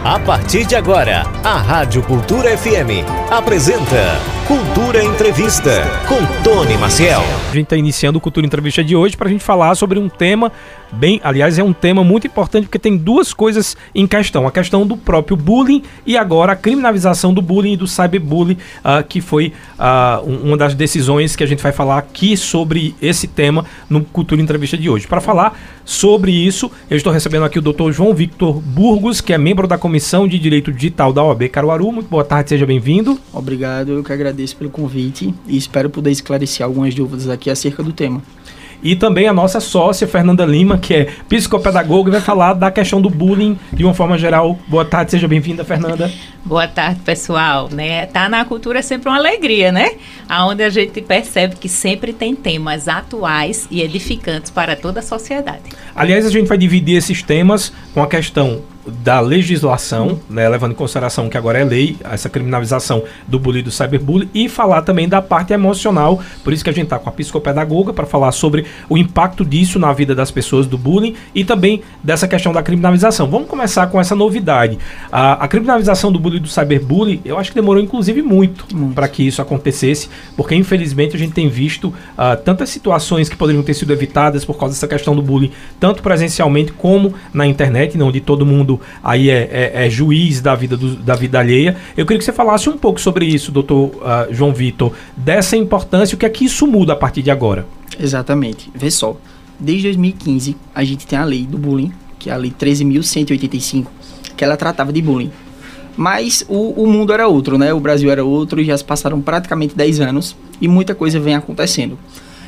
A partir de agora, a Rádio Cultura FM apresenta Cultura Entrevista com Tony Maciel. A gente está iniciando o Cultura Entrevista de hoje para a gente falar sobre um tema aliás, é um tema muito importante porque tem duas coisas em questão. A questão do próprio bullying e agora a criminalização do bullying e do cyberbullying, que foi uma das decisões que a gente vai falar aqui sobre esse tema no Cultura Entrevista de hoje. Para falar sobre isso, eu estou recebendo aqui o Dr. João Victor Burgos, que é membro da Comissão de Direito Digital da OAB Caruaru. Muito boa tarde, seja bem-vindo. Obrigado, eu que agradeço pelo convite e espero poder esclarecer algumas dúvidas aqui acerca do tema. E também a nossa sócia, Fernanda Lima, que é psicopedagoga, vai falar da questão do bullying de uma forma geral. Boa tarde, seja bem-vinda, Fernanda. Boa tarde, pessoal. Tá na cultura é sempre uma alegria, né? Onde a gente percebe que sempre tem temas atuais e edificantes para toda a sociedade. Aliás, a gente vai dividir esses temas com a questão da legislação, né, levando em consideração que agora é lei, essa criminalização do bullying e do cyberbullying, e falar também da parte emocional. Por isso que a gente está com a psicopedagoga para falar sobre o impacto disso na vida das pessoas, do bullying, e também dessa questão da criminalização. Vamos começar com essa novidade. A criminalização do bullying e do cyberbullying, eu acho que demorou inclusive muito para que isso acontecesse, porque infelizmente a gente tem visto tantas situações que poderiam ter sido evitadas por causa dessa questão do bullying, tanto presencialmente como na internet, onde todo mundo aí é juiz da vida alheia. Eu queria que você falasse um pouco sobre isso, doutor João Vitor, dessa importância, o que é que isso muda a partir de agora? Exatamente. Vê só, desde 2015 a gente tem a lei do bullying, que é a lei 13.185, que ela tratava de bullying. Mas o mundo era outro, né? O Brasil era outro, e já se passaram praticamente 10 anos e muita coisa vem acontecendo.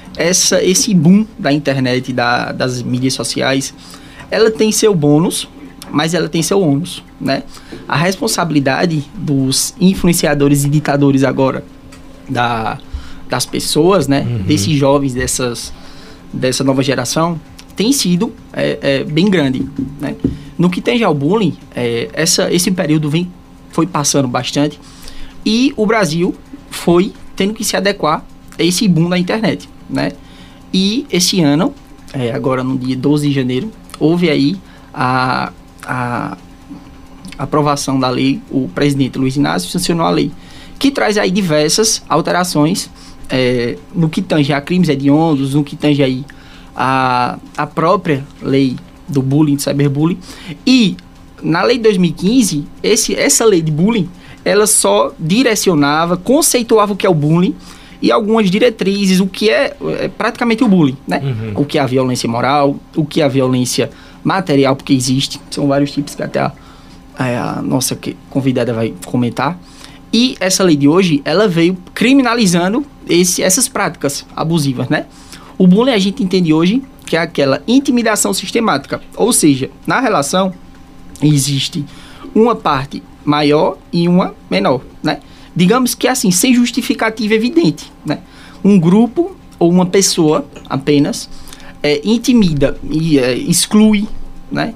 Esse boom da internet, das mídias sociais, ela tem seu bônus, mas ela tem seu ônus, né? A responsabilidade dos influenciadores e ditadores agora, das pessoas, né? Desses jovens, dessa nova geração, tem sido bem grande, né? No que tange ao bullying, esse período foi passando bastante e o Brasil foi tendo que se adequar a esse boom da internet, né? E esse ano, agora no dia 12 de janeiro, houve aí a aprovação da lei. O presidente Luiz Inácio sancionou a lei, que traz aí diversas alterações no que tange a crimes hediondos, no que tange aí a própria lei do bullying, do cyberbullying. E na lei de 2015, essa lei de bullying, ela só direcionava, conceituava o que é o bullying e algumas diretrizes, o que é praticamente o bullying, né? O que é a violência moral, o que é a violência material, porque existe, são vários tipos que até a nossa convidada vai comentar. E essa lei de hoje, ela veio criminalizando essas práticas abusivas, né? O bullying a gente entende hoje que é aquela intimidação sistemática, ou seja, na relação existe uma parte maior e uma menor, né? Digamos que assim, sem justificativa evidente, né? Um grupo ou uma pessoa apenas intimida e exclui, né?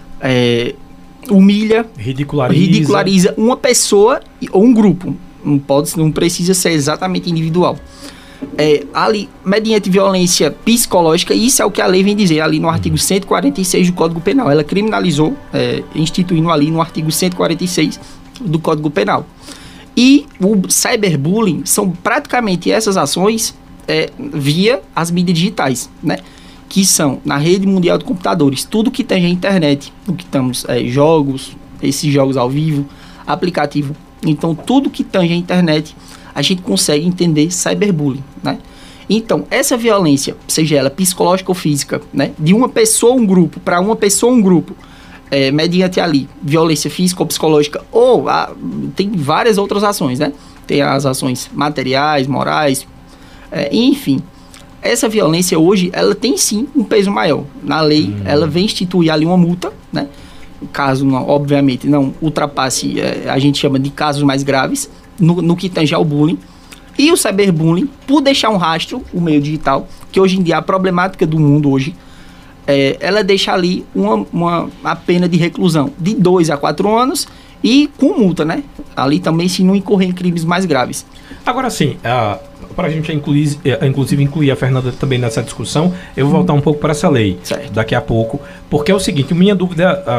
Humilha, ridiculariza uma pessoa ou um grupo. Não precisa ser exatamente individual. Ali, mediante violência psicológica, isso é o que a lei vem dizer ali no artigo 146 do Código Penal. Ela criminalizou, instituindo ali no artigo 146 do Código Penal. E o cyberbullying são praticamente essas ações via as mídias digitais, né? Que são na rede mundial de computadores, tudo que tem a internet, o que estamos, jogos, esses jogos ao vivo, aplicativo. Então, tudo que tange a internet, a gente consegue entender cyberbullying, né? Então, essa violência, seja ela psicológica ou física, né? De uma pessoa, um grupo, para uma pessoa, um grupo, mediante ali, violência física ou psicológica, ou tem várias outras ações, né? Tem as ações materiais, morais, enfim. Essa violência hoje, ela tem sim um peso maior. Na lei, ela vem instituir ali uma multa, né? Caso, obviamente, não ultrapasse, a gente chama de casos mais graves, no que tange ao bullying. E o cyberbullying, por deixar um rastro, o meio digital, que hoje em dia a problemática do mundo hoje, ela deixa ali uma pena de reclusão de 2 a 4 anos e com multa, né? Ali também se não incorrer em crimes mais graves. Agora sim, para a gente inclusive incluir a Fernanda também nessa discussão, eu vou voltar um pouco para essa lei daqui a pouco, porque é o seguinte, minha dúvida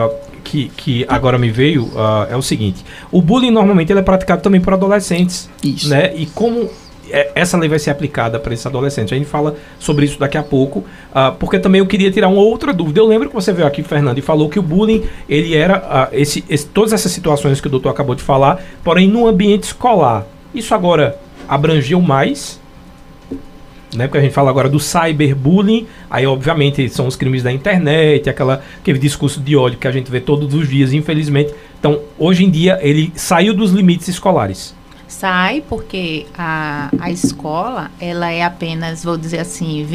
que agora me veio é o seguinte: o bullying normalmente ele é praticado também por adolescentes. Isso. Né? E como essa lei vai ser aplicada para esses adolescentes? A gente fala sobre isso daqui a pouco, porque também eu queria tirar uma outra dúvida. Eu lembro que você veio aqui, Fernando, e falou que o bullying, ele era todas essas situações que o doutor acabou de falar, porém no ambiente escolar. Isso agora abrangeu mais, né? Porque a gente fala agora do cyberbullying, aí obviamente são os crimes da internet, aquele discurso de ódio que a gente vê todos os dias, infelizmente. Então, hoje em dia, ele saiu dos limites escolares. Sai porque a escola, ela é apenas, vou dizer assim,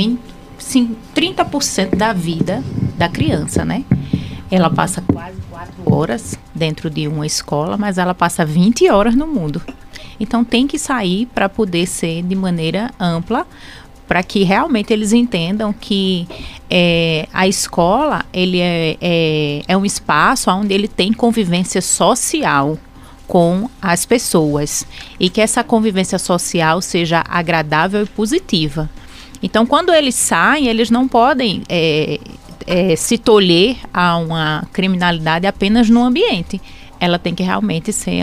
30% da vida da criança, né? Ela passa quase 4 horas dentro de uma escola, mas ela passa 20 horas no mundo. Então tem que sair para poder ser de maneira ampla, para que realmente eles entendam que a escola ele é um espaço onde ele tem convivência social com as pessoas e que essa convivência social seja agradável e positiva. Então, quando eles saem, eles não podem se tolher a uma criminalidade apenas no ambiente. Ela tem que realmente ser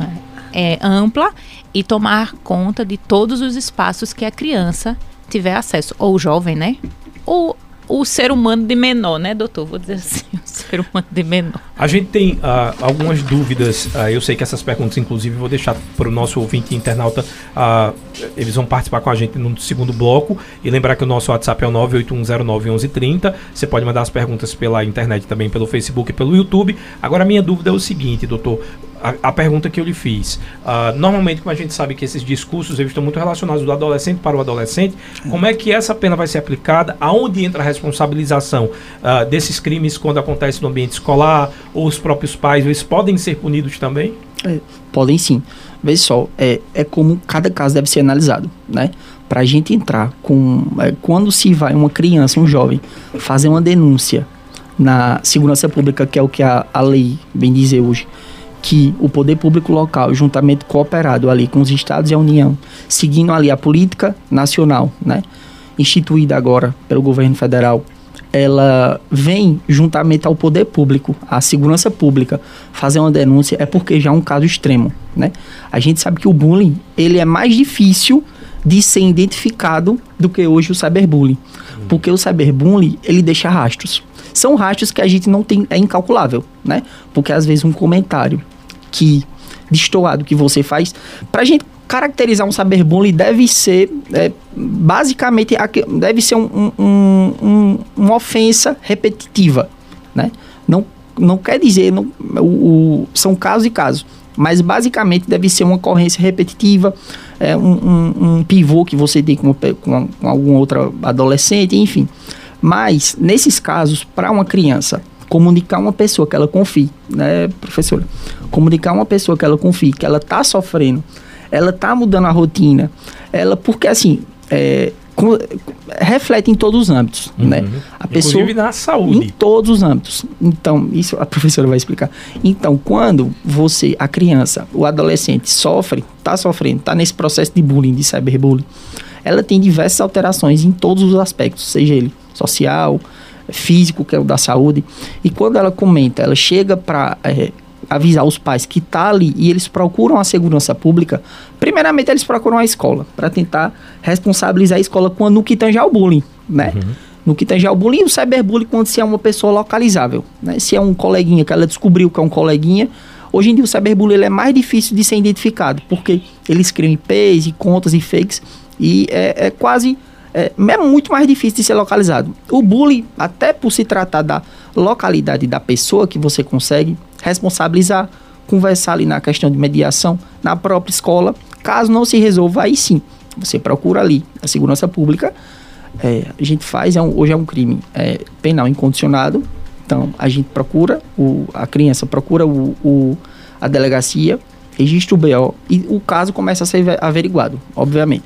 ampla e tomar conta de todos os espaços que a criança tiver acesso, ou o jovem, né? Ou o ser humano de menor, né, doutor? Vou dizer assim, o ser humano de menor. A gente tem algumas dúvidas, eu sei que essas perguntas, inclusive, vou deixar para o nosso ouvinte internauta, eles vão participar com a gente no segundo bloco, e lembrar que o nosso WhatsApp é o 981091130, você pode mandar as perguntas pela internet também, pelo Facebook e pelo YouTube. Agora, a minha dúvida é o seguinte, doutor, a pergunta que eu lhe fiz, normalmente, como a gente sabe que esses discursos eles estão muito relacionados do adolescente para o adolescente, como é que essa pena vai ser aplicada? Aonde entra a responsabilização desses crimes quando acontece no ambiente escolar, ou os próprios pais, eles podem ser punidos também? Podem sim. Veja só, é como cada caso deve ser analisado, né? Para a gente entrar quando se vai uma criança, um jovem, fazer uma denúncia na segurança pública, que é o que a lei vem dizer hoje, que o poder público local, juntamente cooperado ali com os estados e a União, seguindo ali a política nacional, né, instituída agora pelo governo federal, ela vem juntamente ao poder público, à segurança pública, fazer uma denúncia, é porque já é um caso extremo, né? A gente sabe que o bullying, ele é mais difícil de ser identificado do que hoje o cyberbullying, porque o cyberbullying, ele deixa rastros. São rastros que a gente não tem, é incalculável, né? Porque às vezes um comentário destoado que você faz, pra gente caracterizar um cyberbullying deve ser, basicamente, deve ser uma ofensa repetitiva, né? Não quer dizer, são casos e casos, mas basicamente deve ser uma ocorrência repetitiva, um pivô que você tem com algum outro adolescente, enfim. Mas, nesses casos, para uma criança, comunicar uma pessoa que ela confie, né, professora? Comunicar uma pessoa que ela confie, que ela está sofrendo, ela está mudando a rotina, porque assim, reflete em todos os âmbitos, né? A pessoa, inclusive na saúde. Em todos os âmbitos. Então, isso a professora vai explicar. Então, quando a criança, o adolescente está nesse processo de bullying, de cyberbullying, ela tem diversas alterações em todos os aspectos, seja ele social, físico, que é o da saúde. E quando ela comenta, ela chega para avisar os pais que está ali e eles procuram a segurança pública, primeiramente eles procuram a escola para tentar responsabilizar a escola no que tange ao bullying, né? No que tange ao bullying, o cyberbullying quando se é uma pessoa localizável, né? Se é um coleguinha que ela descobriu que é um coleguinha, hoje em dia o cyberbullying ele é mais difícil de ser identificado, porque eles criam IPs e contas e fakes e é muito mais difícil de ser localizado. O bullying, até por se tratar da localidade da pessoa que você consegue responsabilizar, conversar ali na questão de mediação, na própria escola, caso não se resolva, aí sim, você procura ali a segurança pública, a gente faz, hoje é um crime penal incondicionado, então a gente procura, a criança procura a delegacia, registra o BO e o caso começa a ser averiguado, obviamente.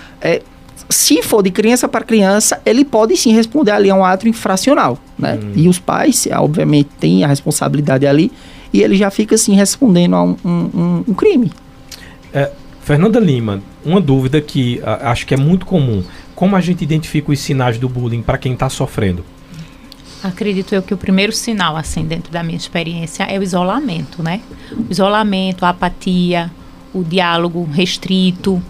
Se for de criança para criança, ele pode sim responder ali a um ato infracional, né? E os pais, obviamente, têm a responsabilidade ali e ele já fica assim respondendo a um crime. Fernanda Lima, uma dúvida que acho que é muito comum. Como a gente identifica os sinais do bullying para quem está sofrendo? Acredito eu que o primeiro sinal, assim, dentro da minha experiência, é o isolamento, né? O isolamento, a apatia, o diálogo restrito,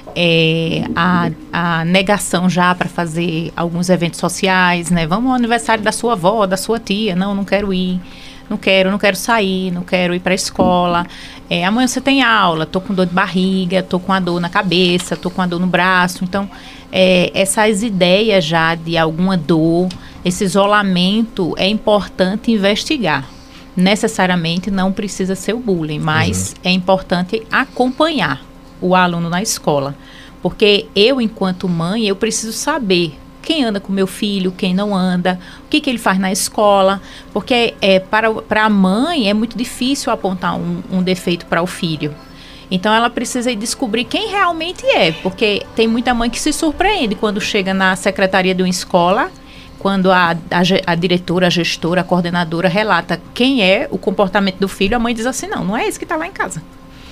a negação já para fazer alguns eventos sociais, né? Vamos ao aniversário da sua avó, da sua tia. Não quero ir. Não quero sair, não quero ir para a escola. Amanhã você tem aula, tô com dor de barriga, tô com a dor na cabeça, tô com a dor no braço. Então, essas ideias já de alguma dor, esse isolamento, é importante investigar. Necessariamente não precisa ser o bullying, mas é importante acompanhar o aluno na escola. Porque eu, enquanto mãe, eu preciso saber quem anda com meu filho, quem não anda, o que ele faz na escola. Porque para a mãe é muito difícil apontar um defeito para o filho. Então ela precisa descobrir quem realmente é. Porque tem muita mãe que se surpreende quando chega na secretaria de uma escola, quando a diretora, a gestora, a coordenadora relata quem é o comportamento do filho, a mãe diz assim, não é esse que está lá em casa.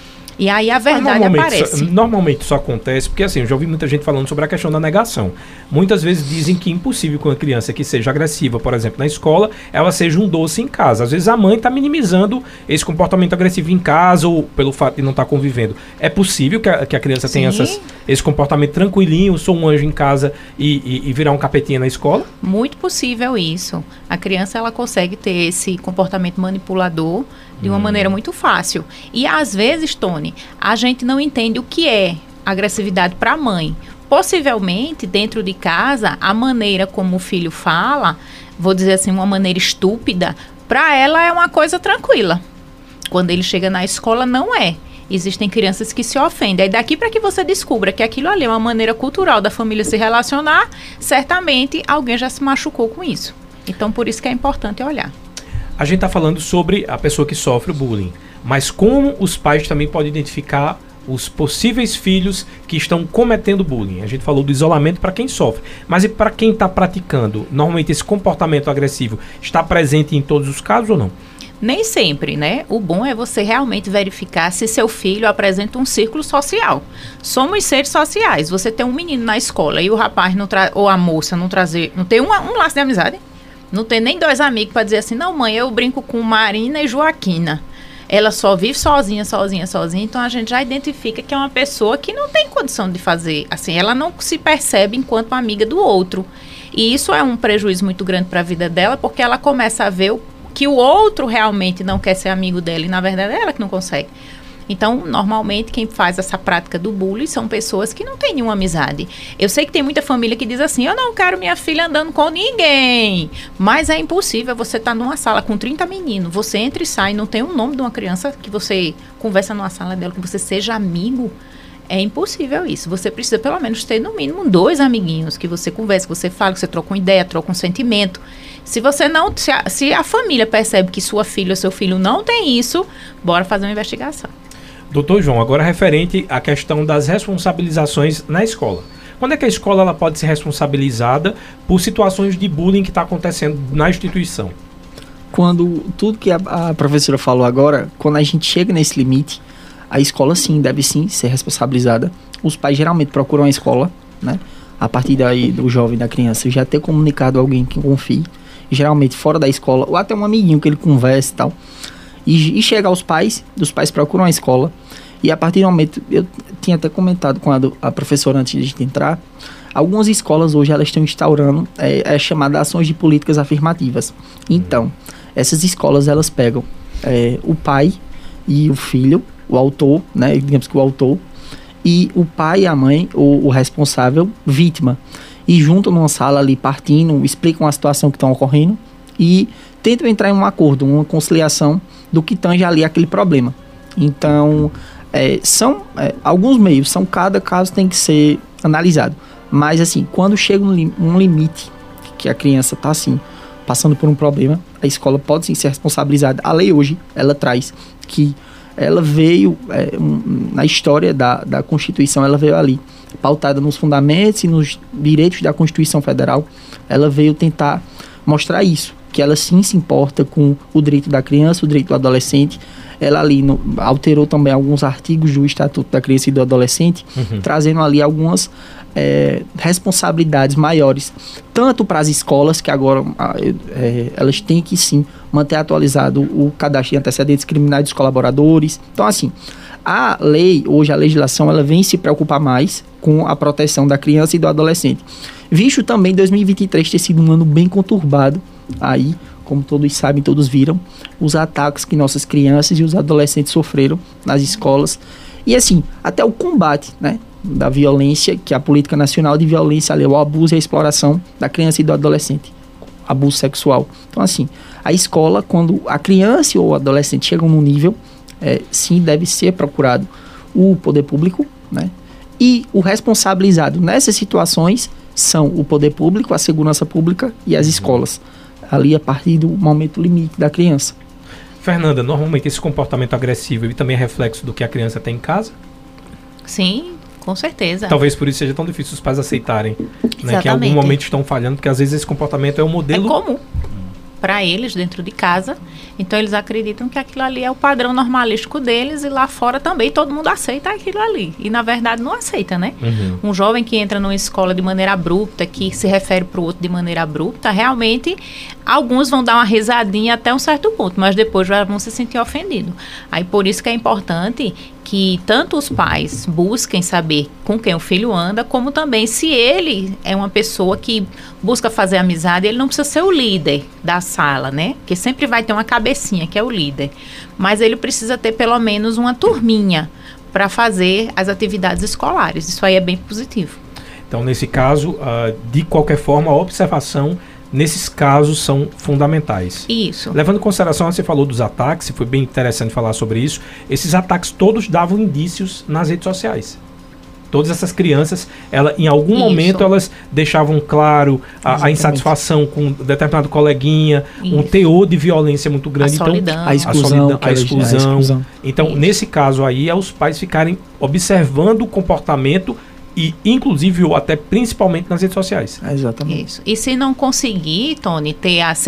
E aí a verdade aparece. Normalmente isso acontece porque, assim, eu já ouvi muita gente falando sobre a questão da negação. Muitas vezes dizem que é impossível que uma criança que seja agressiva, por exemplo, na escola, ela seja um doce em casa. Às vezes a mãe está minimizando esse comportamento agressivo em casa ou pelo fato de não estar convivendo. É possível que a criança tenha esse comportamento tranquilinho, sou um anjo em casa e virar um capetinha na escola? Muito possível isso. A criança, ela consegue ter esse comportamento manipulador de uma maneira muito fácil. E às vezes, Tony, a gente não entende o que é agressividade para a mãe. Possivelmente, dentro de casa, a maneira como o filho fala, vou dizer assim, uma maneira estúpida, para ela é uma coisa tranquila. Quando ele chega na escola, não é. Existem crianças que se ofendem. Aí daqui para que você descubra que aquilo ali é uma maneira cultural da família se relacionar, certamente alguém já se machucou com isso. Então, por isso que é importante olhar. A gente está falando sobre a pessoa que sofre o bullying, mas como os pais também podem identificar os possíveis filhos que estão cometendo bullying? A gente falou do isolamento para quem sofre, mas e para quem está praticando? Normalmente esse comportamento agressivo está presente em todos os casos ou não? Nem sempre, né? O bom é você realmente verificar se seu filho apresenta um círculo social. Somos seres sociais. Você tem um menino na escola e o rapaz ou a moça não tem um laço de amizade? Não tem nem dois amigos para dizer assim, não, mãe, eu brinco com Marina e Joaquina. Ela só vive sozinha, então a gente já identifica que é uma pessoa que não tem condição de fazer, assim, ela não se percebe enquanto amiga do outro. E isso é um prejuízo muito grande para a vida dela, porque ela começa a ver que o outro realmente não quer ser amigo dela, e na verdade é ela que não consegue. Então, normalmente, quem faz essa prática do bullying são pessoas que não têm nenhuma amizade. Eu sei que tem muita família que diz assim, eu não quero minha filha andando com ninguém. Mas é impossível, você estar numa sala com 30 meninos, você entra e sai, não tem um nome de uma criança que você conversa numa sala dela, que você seja amigo. É impossível isso. Você precisa, pelo menos, ter, no mínimo, 2 amiguinhos que você conversa, que você fala, que você troca uma ideia, troca um sentimento. Se você não... Se a família percebe que sua filha ou seu filho não tem isso, bora fazer uma investigação. Doutor João, agora referente à questão das responsabilizações na escola. Quando é que a escola ela pode ser responsabilizada por situações de bullying que está acontecendo na instituição? Quando tudo que a professora falou agora, quando a gente chega nesse limite, a escola sim, deve sim ser responsabilizada. Os pais geralmente procuram a escola, né? A partir daí do jovem, da criança, já ter comunicado alguém que confie, geralmente fora da escola, ou até um amiguinho que ele converse e tal. E chega aos pais, os pais procuram a escola, e a partir do momento, eu tinha até comentado com a professora antes de a gente entrar, algumas escolas hoje elas estão instaurando chamadas ações de políticas afirmativas. Então, essas escolas elas pegam o pai e o filho, o autor, né, digamos que o autor, e o pai e a mãe, o responsável, vítima, e juntam numa sala ali, partindo, explicam a situação que está ocorrendo e tentam entrar em um acordo, uma conciliação do que tange ali aquele problema. Então, são alguns meios, cada caso tem que ser analisado. Mas, assim, quando chega um limite que a criança está, assim, passando por um problema, a escola pode, sim, ser responsabilizada. A lei hoje, ela traz que ela veio, na história da Constituição, ela veio ali, pautada nos fundamentos e nos direitos da Constituição Federal, ela veio tentar mostrar isso, que ela sim se importa com o direito da criança, o direito do adolescente. Ela ali alterou também alguns artigos do Estatuto da Criança e do Adolescente, trazendo ali algumas responsabilidades maiores, tanto para as escolas, que agora elas têm que sim manter atualizado o cadastro de antecedentes criminais dos colaboradores. Então, assim, a lei, hoje a legislação, ela vem se preocupar mais com a proteção da criança e do adolescente. Visto também 2023 ter sido um ano bem conturbado, aí, como todos sabem, todos viram, os ataques que nossas crianças e os adolescentes sofreram nas escolas. E assim, até o combate, né, da violência, que é a Política Nacional de Violência ao Abuso e à Exploração da Criança e do Adolescente, abuso sexual. Então, assim, a escola, quando a criança ou o adolescente chegam num nível, sim, deve ser procurado o poder público, né, e o responsabilizado nessas situações são o poder público, a segurança pública e as escolas, ali a partir do momento limite da criança. Fernanda, normalmente esse comportamento agressivo ele também é reflexo do que a criança tem em casa? Sim, com certeza. Talvez por isso seja tão difícil os pais aceitarem, né, que em algum momento estão falhando, porque às vezes esse comportamento é um modelo... É comum para eles dentro de casa, então eles acreditam que aquilo ali é o padrão normalístico deles e lá fora também todo mundo aceita aquilo ali, e na verdade não aceita, né? Um jovem que entra numa escola de maneira abrupta, que se refere para o outro de maneira abrupta, realmente alguns vão dar uma risadinha até um certo ponto, mas depois já vão se sentir ofendidos. Aí por isso que é importante que tanto os pais busquem saber com quem o filho anda, como também se ele é uma pessoa que busca fazer amizade, ele não precisa ser o líder da sala, né? Porque sempre vai ter uma cabecinha que é o líder. Mas ele precisa ter pelo menos uma turminha para fazer as atividades escolares. Isso aí é bem positivo. Então, nesse caso, de qualquer forma, a observação nesses casos são fundamentais. Isso. Levando em consideração, você falou dos ataques, foi bem interessante falar sobre isso. Esses ataques todos davam indícios nas redes sociais. Todas essas crianças, em algum momento, elas deixavam claro a insatisfação com determinado coleguinha, um teor de violência muito grande. A solidão. Então, a exclusão. Então, nesse caso aí, é os pais ficarem observando o comportamento e, inclusive, ou até principalmente nas redes sociais. Exatamente. Isso. E se não conseguir, Tony, ter a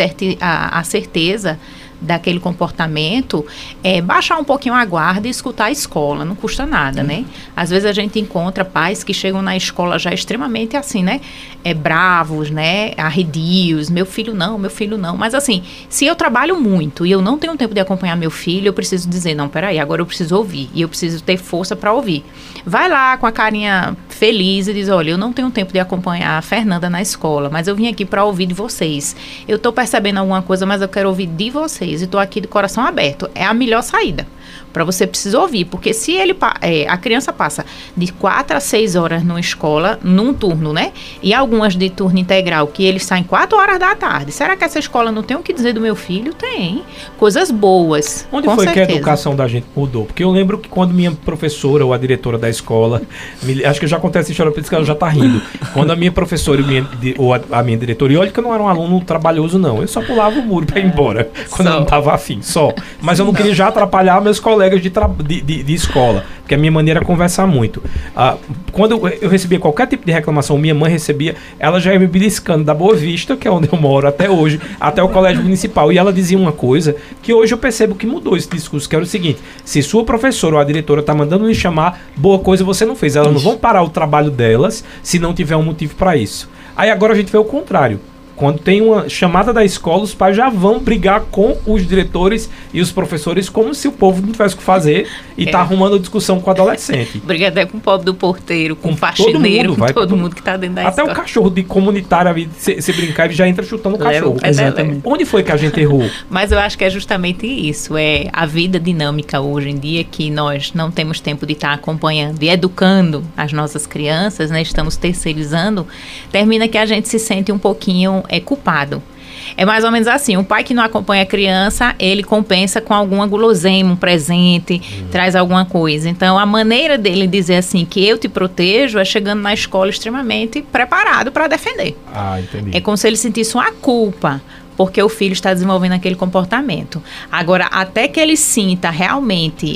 certeza daquele comportamento, baixar um pouquinho a guarda e escutar a escola, não custa nada, né? Às vezes a gente encontra pais que chegam na escola já extremamente assim, né? Bravos, né? Arredios, meu filho não, mas assim, se eu trabalho muito e eu não tenho tempo de acompanhar meu filho, eu preciso dizer, não, peraí, agora eu preciso ouvir, e eu preciso ter força para ouvir. Vai lá com a carinha feliz e diz, olha, eu não tenho tempo de acompanhar a Fernanda na escola, mas eu vim aqui para ouvir de vocês. Eu tô percebendo alguma coisa, mas eu quero ouvir de vocês. E estou aqui de coração aberto. É a melhor saída. Para você precisa ouvir, porque se a criança passa de 4 a 6 horas numa escola, num turno, né? E algumas de turno integral, que eles saem 4 horas da tarde. Será que essa escola não tem o que dizer do meu filho? Tem. Coisas boas. Onde foi certeza que a educação da gente mudou? Porque eu lembro que quando minha professora ou a diretora da escola, acho que já acontece essa história, por isso que ela já tá rindo. Quando a minha professora ou a minha diretora, e olha que eu não era um aluno trabalhoso, não. Eu só pulava o muro para ir embora, quando eu não tava afim, só. Mas eu não queria já atrapalhar meus colegas de escola, porque a minha maneira é conversar muito. Quando eu recebia qualquer tipo de reclamação, minha mãe recebia, ela já ia me beliscando da Boa Vista, que é onde eu moro até hoje, até o colégio municipal, e ela dizia uma coisa que hoje eu percebo que mudou esse discurso, que era o seguinte: se sua professora ou a diretora tá mandando lhe chamar, boa coisa você não fez, elas não vão parar o trabalho delas se não tiver um motivo para isso. Aí agora a gente vê o contrário. Quando tem uma chamada da escola, os pais já vão brigar com os diretores e os professores como se o povo não tivesse o que fazer e tá arrumando discussão com o adolescente. Briga até com o pobre do porteiro, com o faxineiro, com todo mundo que tá dentro da escola. Até o cachorro de comunitário, se brincar, ele já entra chutando o cachorro. Exatamente. Onde foi que a gente errou? Mas eu acho que é justamente isso, é a vida dinâmica hoje em dia, que nós não temos tempo de estar acompanhando e educando as nossas crianças, né? Estamos terceirizando, termina que a gente se sente um pouquinho culpado. É mais ou menos assim, o pai que não acompanha a criança, ele compensa com alguma guloseima, um presente, traz alguma coisa. Então, a maneira dele dizer assim, que eu te protejo, é chegando na escola extremamente preparado para defender. Entendi. É como se ele sentisse uma culpa, porque o filho está desenvolvendo aquele comportamento. Agora, até que ele sinta realmente,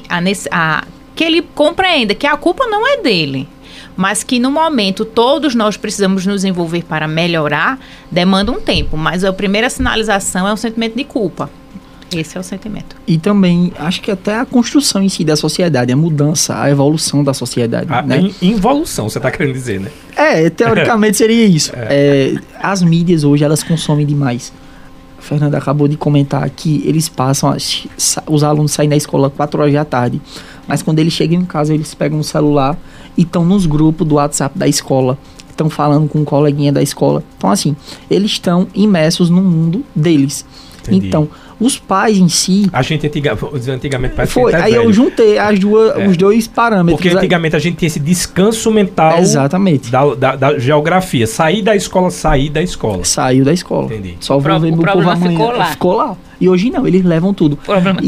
que ele compreenda que a culpa não é dele, mas que no momento todos nós precisamos nos envolver para melhorar, demanda um tempo. Mas a primeira sinalização é o sentimento de culpa. Esse é o sentimento. E também, acho que até a construção em si da sociedade, a mudança, a evolução da sociedade. Involução, você está querendo dizer, né? Teoricamente seria isso. As mídias hoje, elas consomem demais. A Fernanda acabou de comentar que eles passam, os alunos saem da escola 4 horas da tarde, mas quando eles chegam em casa, eles pegam o celular e estão nos grupos do WhatsApp da escola, estão falando com um coleguinha da escola. Então, assim, eles estão imersos no mundo deles. Entendi. Então, os pais em si... A gente antigamente parece foi, que aí velho. Eu juntei os dois parâmetros. Porque antigamente a gente tinha esse descanso mental. Exatamente. Da geografia. Sair da escola. Saiu da escola. Entendi. Só vou ver meu povo amanhã. Ficou lá. E hoje não, eles levam tudo.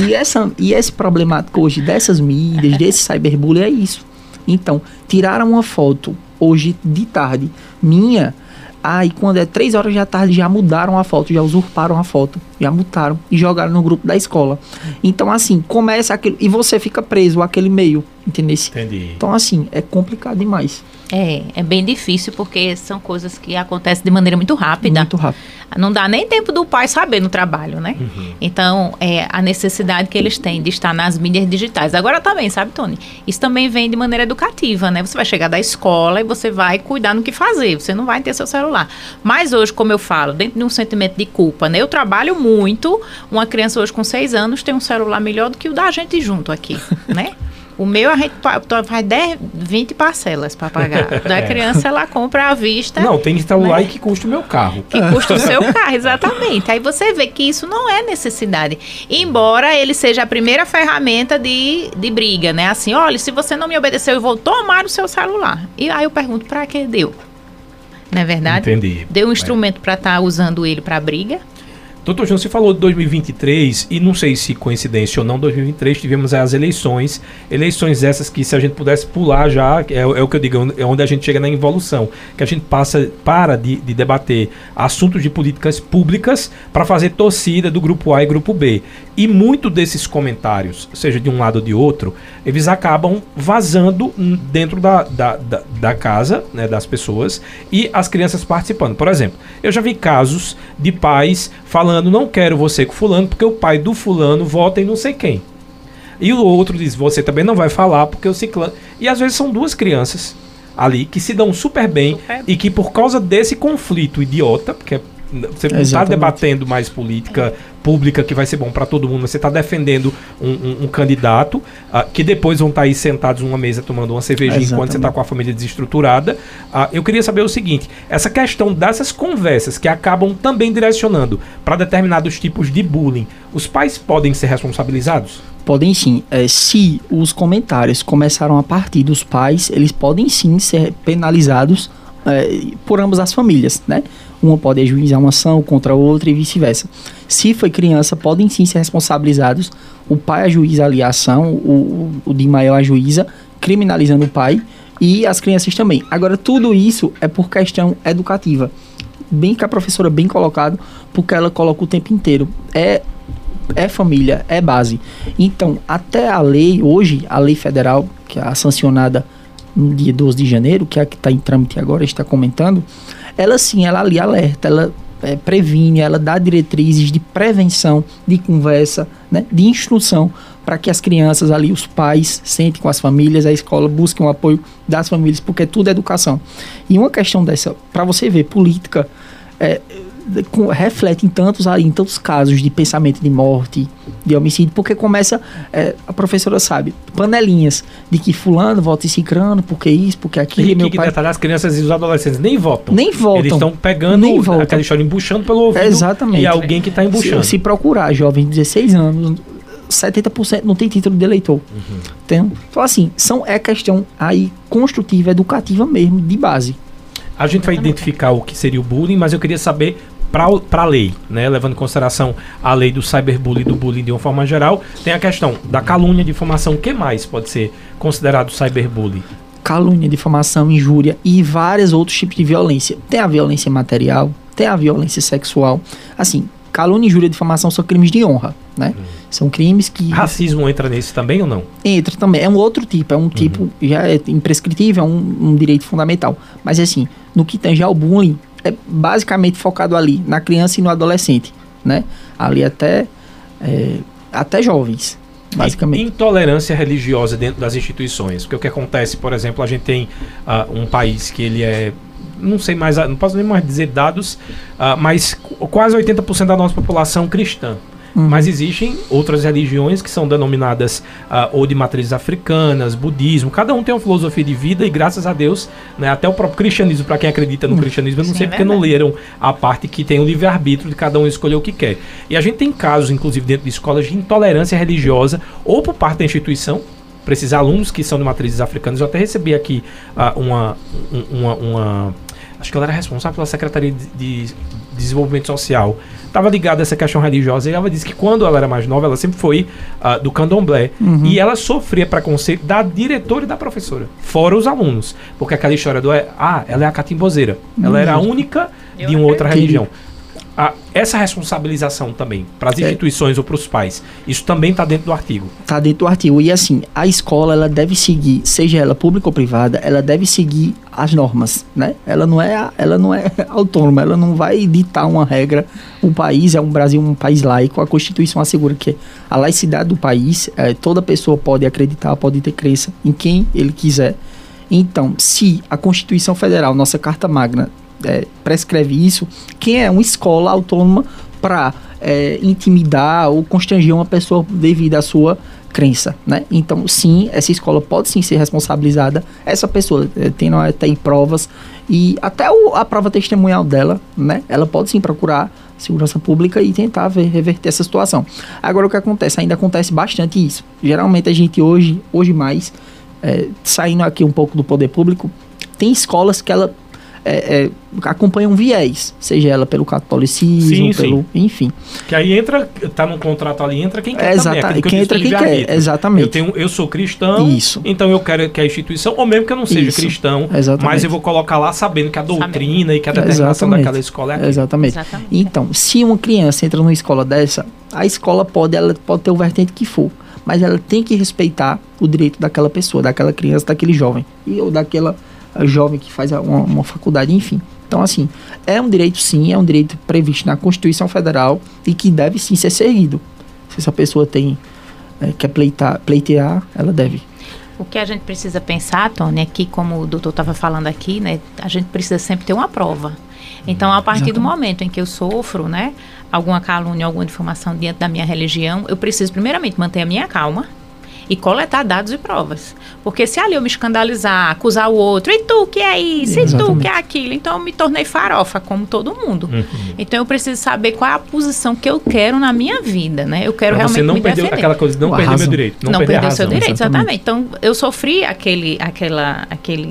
E esse problemático hoje dessas mídias, desse cyberbullying é isso. Então, tiraram uma foto hoje de tarde minha... e quando é 3 horas da tarde já mudaram a foto, já usurparam a foto, já mutaram e jogaram no grupo da escola. Então, assim, começa aquilo... E você fica preso àquele meio, entendeu? Entendi. Então, assim, é complicado demais. É bem difícil, porque são coisas que acontecem de maneira muito rápida. Muito rápido. Não dá nem tempo do pai saber no trabalho, né? Uhum. Então, a necessidade que eles têm de estar nas mídias digitais. Agora também, sabe, Tony? Isso também vem de maneira educativa, né? Você vai chegar da escola e você vai cuidar no que fazer. Você não vai ter seu celular. Mas hoje, como eu falo, dentro de um sentimento de culpa, né? Eu trabalho muito. Uma criança hoje com 6 anos tem um celular melhor do que o da gente junto aqui, né? O meu, a gente faz 10, 20 parcelas para pagar. Da criança, ela compra à vista. Não, tem celular, né? E que custa o meu carro. Que custa o seu carro, exatamente. Aí você vê que isso não é necessidade. Embora ele seja a primeira ferramenta de briga, né? Assim, olha, se você não me obedeceu, eu vou tomar o seu celular. E aí eu pergunto, para que deu? Não é verdade? Entendi. Deu um instrumento para estar usando ele para briga? Doutor João, você falou de 2023, e não sei se coincidência ou não, 2023 tivemos as eleições essas que, se a gente pudesse pular já, é o que eu digo, é onde a gente chega na involução, que a gente para de debater assuntos de políticas públicas para fazer torcida do grupo A e grupo B. E muito desses comentários, seja de um lado ou de outro, eles acabam vazando dentro da casa, né, das pessoas, e as crianças participando. Por exemplo, eu já vi casos de pais falando, não quero você com fulano, porque o pai do fulano vota em não sei quem. E o outro diz, você também não vai falar, porque o ciclano... E às vezes são duas crianças ali que se dão super bem e que por causa desse conflito idiota, porque você não está debatendo mais política pública que vai ser bom para todo mundo, você está defendendo um candidato que depois vão estar aí sentados numa mesa tomando uma cervejinha enquanto você está com a família desestruturada. Eu queria saber o seguinte, essa questão dessas conversas que acabam também direcionando para determinados tipos de bullying, os pais podem ser responsabilizados? Podem sim. Se os comentários começaram a partir dos pais, eles podem sim ser penalizados por ambas as famílias, né? Uma pode ajuizar uma ação contra a outra e vice-versa. Se foi criança, podem sim ser responsabilizados. O pai ajuiza ali a ação, o de maior ajuiza, criminalizando o pai e as crianças também. Agora, tudo isso é por questão educativa. Bem que a professora bem colocado, porque ela coloca o tempo inteiro. É família, é base. Então, até a lei, hoje, a lei federal, que é a sancionada no dia 12 de janeiro, que é a que está em trâmite agora, está comentando, ela sim, ela ali alerta, ela previne, ela dá diretrizes de prevenção, de conversa, né, de instrução, para que as crianças ali, os pais, sentem com as famílias, a escola busque o apoio das famílias, porque tudo é educação. E uma questão dessa, para você ver, política reflete em tantos casos de pensamento de morte, de homicídio, porque começa, a professora sabe, panelinhas de que fulano vota em cicrano, porque isso, porque aquilo. E meu pai... detalhar, as crianças e os adolescentes nem votam. Eles estão pegando aquela história, embuchando pelo ouvido. Exatamente. E alguém que está embuchando. Se procurar jovens de 16 anos, 70% não tem título de eleitor. Então, assim, é questão aí construtiva, educativa mesmo, de base. A gente vai identificar o que seria o bullying, mas eu queria saber para a lei, né, levando em consideração a lei do cyberbullying e do bullying de uma forma geral, tem a questão da calúnia, difamação. O que mais pode ser considerado cyberbullying? Calúnia, difamação, injúria e vários outros tipos de violência. Tem a violência material, tem a violência sexual. Assim, calúnia, injúria e difamação são crimes de honra, né? São crimes que... Racismo entra nesse também ou não? Entra também. É um outro tipo. É um tipo, já é imprescritível, é um direito fundamental. Mas assim, no que tange ao bullying, é basicamente focado ali, na criança e no adolescente, né? Ali até jovens, basicamente. Intolerância religiosa dentro das instituições. Porque o que acontece, por exemplo, a gente tem um país que ele é não sei mais, não posso nem mais dizer dados, mas quase 80% da nossa população cristã. Mas existem outras religiões que são denominadas ou de matrizes africanas, budismo, cada um tem uma filosofia de vida e graças a Deus, né, até o próprio cristianismo, para quem acredita no cristianismo, eu não sei porque não leram a parte que tem o livre-arbítrio de cada um escolher o que quer. E a gente tem casos, inclusive dentro de escolas, de intolerância religiosa ou por parte da instituição, para esses alunos que são de matrizes africanas. Eu até recebi aqui acho que ela era responsável pela Secretaria de Desenvolvimento Social, estava ligada a essa questão religiosa, e ela disse que quando ela era mais nova, ela sempre foi do candomblé, e ela sofria preconceito da diretora e da professora, fora os alunos, porque aquela história ela é a catimbozeira, ela era a única de uma outra religião. Essa responsabilização também, para as instituições ou para os pais, isso também está dentro do artigo. Está dentro do artigo. E assim, a escola, ela deve seguir, seja ela pública ou privada, ela deve seguir as normas, né? Ela não é autônoma, ela não vai ditar uma regra. O país o Brasil um país laico, a Constituição assegura que a laicidade do país, toda pessoa pode acreditar, pode ter crença em quem ele quiser. Então, se a Constituição Federal, nossa Carta Magna, prescreve isso, quem é uma escola autônoma para intimidar ou constranger uma pessoa devido à sua crença, né? Então, sim, essa escola pode sim ser responsabilizada, essa pessoa tendo até provas e até a prova testemunhal dela, né? Ela pode sim procurar segurança pública e tentar reverter essa situação. Agora, o que acontece? Ainda acontece bastante isso. Geralmente a gente hoje mais, saindo aqui um pouco do poder público, tem escolas que ela acompanha um viés, seja ela pelo catolicismo, enfim. Que aí tá no contrato ali, entra quem quer também. Quem entra quem quer, exatamente. Eu sou cristão, então eu quero que a instituição, ou mesmo que eu não seja cristão, mas eu vou colocar lá sabendo que a doutrina e que a determinação daquela escola é aquilo. Exatamente. Então, se uma criança entra numa escola dessa, a escola pode ter o vertente que for, mas ela tem que respeitar o direito daquela pessoa, daquela criança, daquele jovem, ou daquela jovem que faz uma faculdade, enfim. Então, assim, é um direito sim, é um direito previsto na Constituição Federal e que deve sim ser seguido. Se essa pessoa quer pleitear, ela deve. O que a gente precisa pensar, Tony, é que, como o doutor estava falando aqui, né, a gente precisa sempre ter uma prova. Então, a partir do momento em que eu sofro, né, alguma calúnia, alguma difamação diante da minha religião, eu preciso primeiramente manter a minha calma e coletar dados e provas. Porque se ali eu me escandalizar, acusar o outro, e tu que é isso, e tu que é aquilo, então eu me tornei farofa, como todo mundo. Então eu preciso saber qual é a posição que eu quero na minha vida, né? Eu quero realmente me defender. Você não aquela coisa, não perder meu direito. Não perder o seu direito, exatamente. Então eu sofri aquela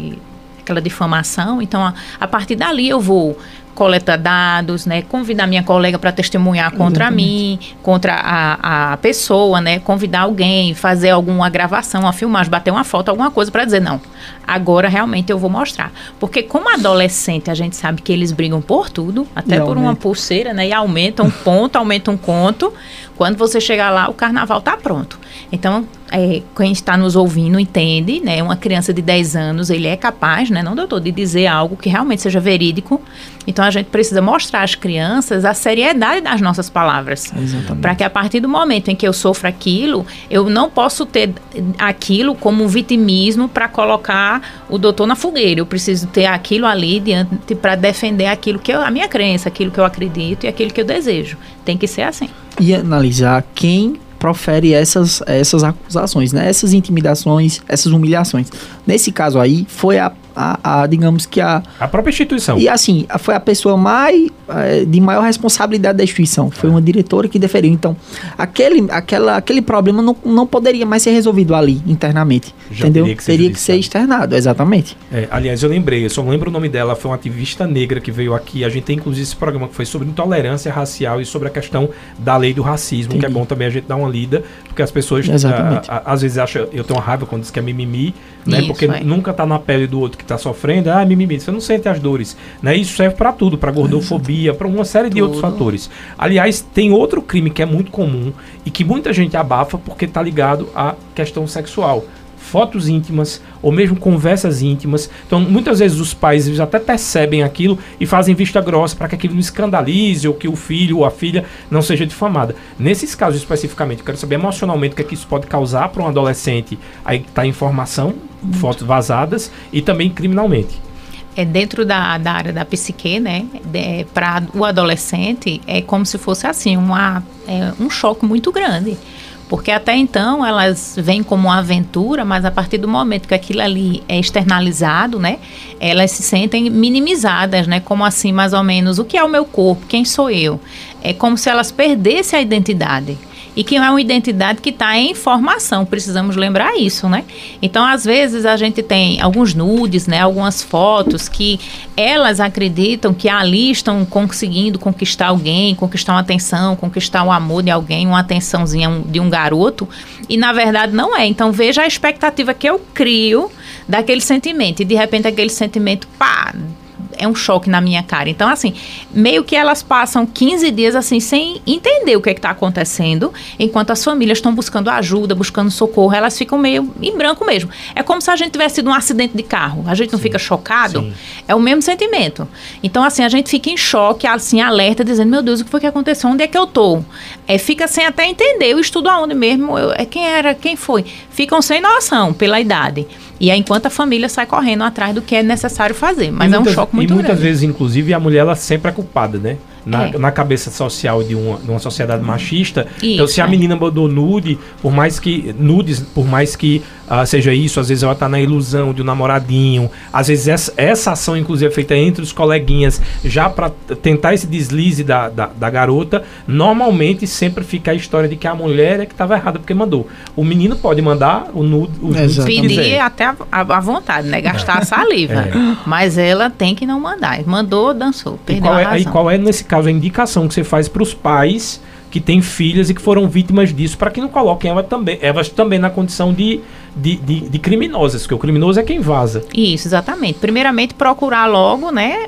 difamação, então a partir dali eu vou coletar dados, né, convidar minha colega para testemunhar contra mim, contra a pessoa, né, convidar alguém, fazer alguma gravação, uma filmagem, bater uma foto, alguma coisa para dizer, não, agora realmente eu vou mostrar. Porque como adolescente, a gente sabe que eles brigam por tudo, até por uma pulseira, né, e aumenta um ponto, aumenta um conto. Quando você chegar lá, o carnaval tá pronto. Então, quem está nos ouvindo entende, né? Uma criança de 10 anos, ele é capaz, né? Não, doutor, de dizer algo que realmente seja verídico. Então, a gente precisa mostrar às crianças a seriedade das nossas palavras. Para que a partir do momento em que eu sofro aquilo, eu não posso ter aquilo como um vitimismo para colocar o doutor na fogueira. Eu preciso ter aquilo ali diante para defender aquilo que a minha crença, aquilo que eu acredito e aquilo que eu desejo. Tem que ser assim. E analisar quem profere essas acusações, né? Essas intimidações, essas humilhações. Nesse caso aí, foi digamos que a própria instituição. E assim, foi a pessoa de maior responsabilidade da instituição. Foi uma diretora que deferiu. Então, aquele problema não poderia mais ser resolvido ali, internamente. Entendeu? Teria que ser externado, exatamente. Aliás, eu só lembro o nome dela, foi uma ativista negra que veio aqui. A gente tem, inclusive, esse programa que foi sobre intolerância racial e sobre a questão da lei do racismo, que é bom também a gente dar uma lida, porque as pessoas às vezes acham, eu tenho uma raiva quando diz que é mimimi, né? Isso, porque nunca tá na pele do outro que tá sofrendo, mimimi, você não sente as dores, né? Isso serve para tudo, para gordofobia, para uma série de outros fatores. Aliás, tem outro crime que é muito comum e que muita gente abafa porque tá ligado à questão sexual. Fotos íntimas, ou mesmo conversas íntimas. Então, muitas vezes os pais eles até percebem aquilo e fazem vista grossa para que aquilo não escandalize ou que o filho ou a filha não seja difamada. Nesses casos especificamente, eu quero saber emocionalmente o que é que isso pode causar para um adolescente. Aí está a informação, fotos vazadas e também criminalmente. dentro da área da psique, né, para o adolescente, é como se fosse assim, um choque muito grande. Porque até então elas vêm como uma aventura, mas a partir do momento que aquilo ali é externalizado, né, elas se sentem minimizadas, né, como assim, mais ou menos, o que é o meu corpo, quem sou eu? É como se elas perdessem a identidade. E que é uma identidade que está em formação, precisamos lembrar isso, né? Então, às vezes, a gente tem alguns nudes, né? Algumas fotos que elas acreditam que ali estão conseguindo conquistar alguém, conquistar uma atenção, conquistar o amor de alguém, uma atençãozinha de um garoto, e na verdade não é. Então, veja a expectativa que eu crio daquele sentimento, e de repente aquele sentimento, pá, é um choque na minha cara. Então, assim, meio que elas passam 15 dias, assim, sem entender o que está acontecendo, enquanto as famílias estão buscando ajuda, buscando socorro, elas ficam meio em branco mesmo. É como se a gente tivesse tido um acidente de carro. A gente não fica chocado? Sim. É o mesmo sentimento. Então, assim, a gente fica em choque, assim, alerta, dizendo, meu Deus, o que foi que aconteceu? Onde é que eu tô? Fica sem até entender. Eu estudo aonde mesmo? Quem foi? Ficam sem noção pela idade. E aí, enquanto a família sai correndo atrás do que é necessário fazer. Mas é um choque muito grande. E muitas vezes, inclusive, a mulher ela sempre é culpada, né? Na cabeça social de uma sociedade machista. Isso, então, se a menina mandou nudes, por mais que seja isso, às vezes ela tá na ilusão de um namoradinho, às vezes essa ação, inclusive, é feita entre os coleguinhas, já para tentar esse deslize da garota, normalmente sempre fica a história de que a mulher é que estava errada porque mandou. O menino pode mandar o nude, pedir até à vontade, né? Gastar a saliva. Mas ela tem que não mandar. Mandou, dançou, perdeu a razão. E qual é, nesse caso, a indicação que você faz para os pais que têm filhas e que foram vítimas disso, para que não coloquem elas também na condição de criminosas, porque o criminoso é quem vaza. Isso, exatamente. Primeiramente, procurar logo, né,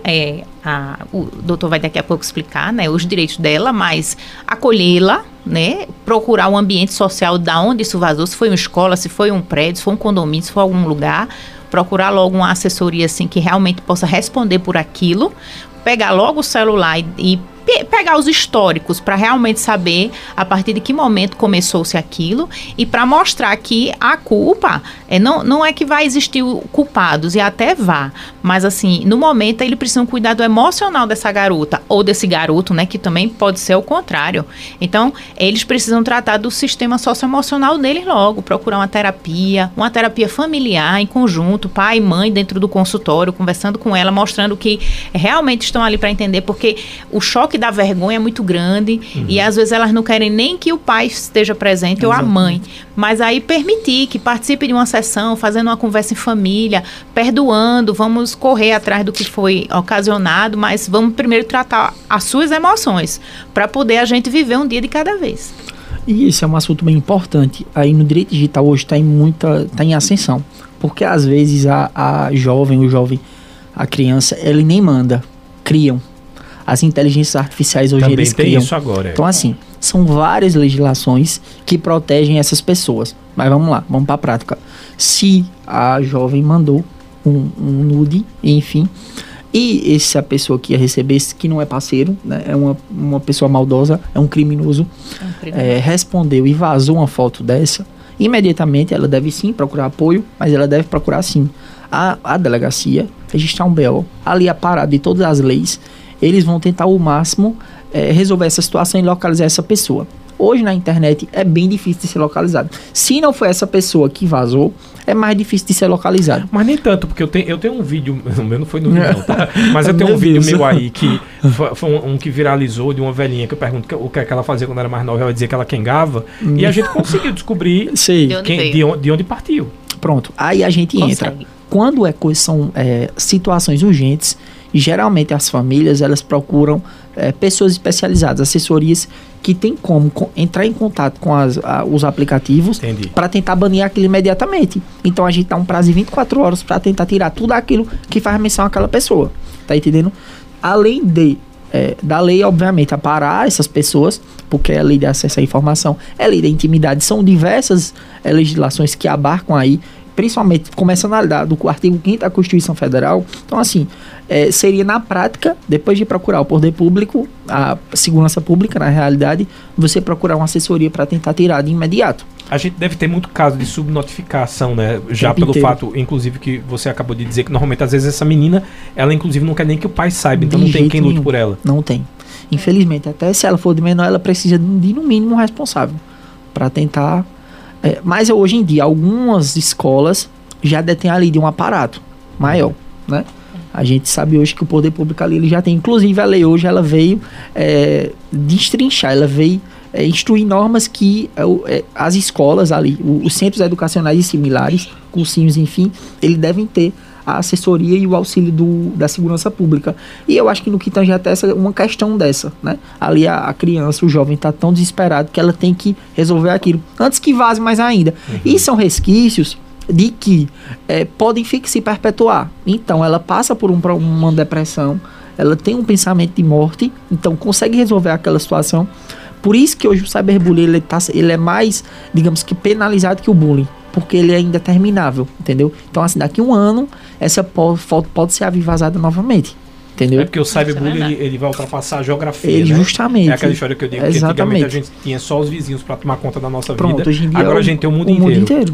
o doutor vai daqui a pouco explicar, né, os direitos dela, mas acolhê-la, né, procurar o ambiente social da onde isso vazou, se foi uma escola, se foi um prédio, se foi um condomínio, se foi algum lugar, procurar logo uma assessoria, assim, que realmente possa responder por aquilo, pegar logo o celular e pegar os históricos para realmente saber a partir de que momento começou-se aquilo e para mostrar que a culpa não é que vai existir culpados, e até vá, mas assim, no momento ele precisa um cuidado emocional dessa garota ou desse garoto, né, que também pode ser o contrário. Então, eles precisam tratar do sistema socioemocional deles logo, procurar uma terapia familiar em conjunto, pai e mãe dentro do consultório, conversando com ela, mostrando que realmente estão ali para entender, porque o choque da vergonha é muito grande, e às vezes elas não querem nem que o pai esteja presente. Exatamente. Ou a mãe, mas aí permitir que participe de uma sessão, fazendo uma conversa em família, perdoando, vamos correr atrás do que foi ocasionado, mas vamos primeiro tratar as suas emoções, para poder a gente viver um dia de cada vez. E esse é um assunto bem importante. Aí no direito digital hoje está em ascensão, porque às vezes a jovem, a criança, ele nem manda, criam. As inteligências artificiais hoje também eles criam. Isso agora. Então, assim, são várias legislações que protegem essas pessoas. Mas vamos lá, vamos para a prática. Se a jovem mandou um nude, enfim, e essa pessoa que ia receber, que não é parceiro, né, é uma pessoa maldosa, é um criminoso, respondeu e vazou uma foto dessa, imediatamente ela deve sim procurar apoio, mas ela deve procurar sim a delegacia, registrar um BO, ali a parada de todas as leis. Eles vão tentar ao máximo resolver essa situação e localizar essa pessoa. Hoje na internet é bem difícil de ser localizado. Se não foi essa pessoa que vazou, é mais difícil de ser localizado. Mas nem tanto, porque eu tenho um vídeo, o meu não foi no vídeo não, tá? Mas eu tenho um vídeo meu aí que foi um que viralizou de uma velhinha que eu pergunto o que é que ela fazia quando era mais nova. Ela dizia que ela quengava, e a gente conseguiu descobrir de onde partiu. Pronto, aí a gente entra. Quando são situações urgentes, geralmente as famílias elas procuram pessoas especializadas, assessorias que tem como entrar em contato com os aplicativos para tentar banir aquilo imediatamente. Então a gente dá um prazo de 24 horas para tentar tirar tudo aquilo que faz menção àquela pessoa. Tá entendendo? Além da lei, obviamente, a parar essas pessoas, porque é a lei de acesso à informação, é a lei da intimidade, são diversas legislações que abarcam aí, principalmente começando do artigo 5º da Constituição Federal. Então, assim, seria na prática, depois de procurar o poder público, a segurança pública, na realidade, você procurar uma assessoria para tentar tirar de imediato. A gente deve ter muito caso de subnotificação, né? Já Tempo pelo inteiro. fato, inclusive, que você acabou de dizer que normalmente, às vezes, essa menina, ela inclusive não quer nem que o pai saiba, então De não tem jeito quem lute nenhum. por ela. Não tem. Infelizmente, até se ela for de menor, ela precisa de, no mínimo, um responsável para tentar. Mas hoje em dia, algumas escolas já detêm ali de um aparato maior, né? A gente sabe hoje que o poder público ali ele já tem. Inclusive, a lei hoje ela veio destrinchar, ela veio instruir normas que as escolas ali, os centros educacionais e similares, cursinhos, enfim, eles devem ter a assessoria e o auxílio da segurança pública. E eu acho que no que tange até uma questão dessa, né? Ali a criança, o jovem está tão desesperado que ela tem que resolver aquilo antes que vaze mais ainda. E são resquícios de que podem se perpetuar. Então, ela passa por uma depressão, ela tem um pensamento de morte, então consegue resolver aquela situação. Por isso que hoje o cyberbullying ele é mais, digamos que, penalizado que o bullying, porque ele é indeterminável, entendeu? Então, assim, daqui a um ano, essa foto pode ser avivazada novamente, entendeu? É porque o cyberbullying ele vai ultrapassar a geografia, Ele né? justamente. É aquela história que eu digo, que antigamente a gente tinha só os vizinhos para tomar conta da nossa Pronto, vida. hoje em dia Agora a gente tem o mundo inteiro.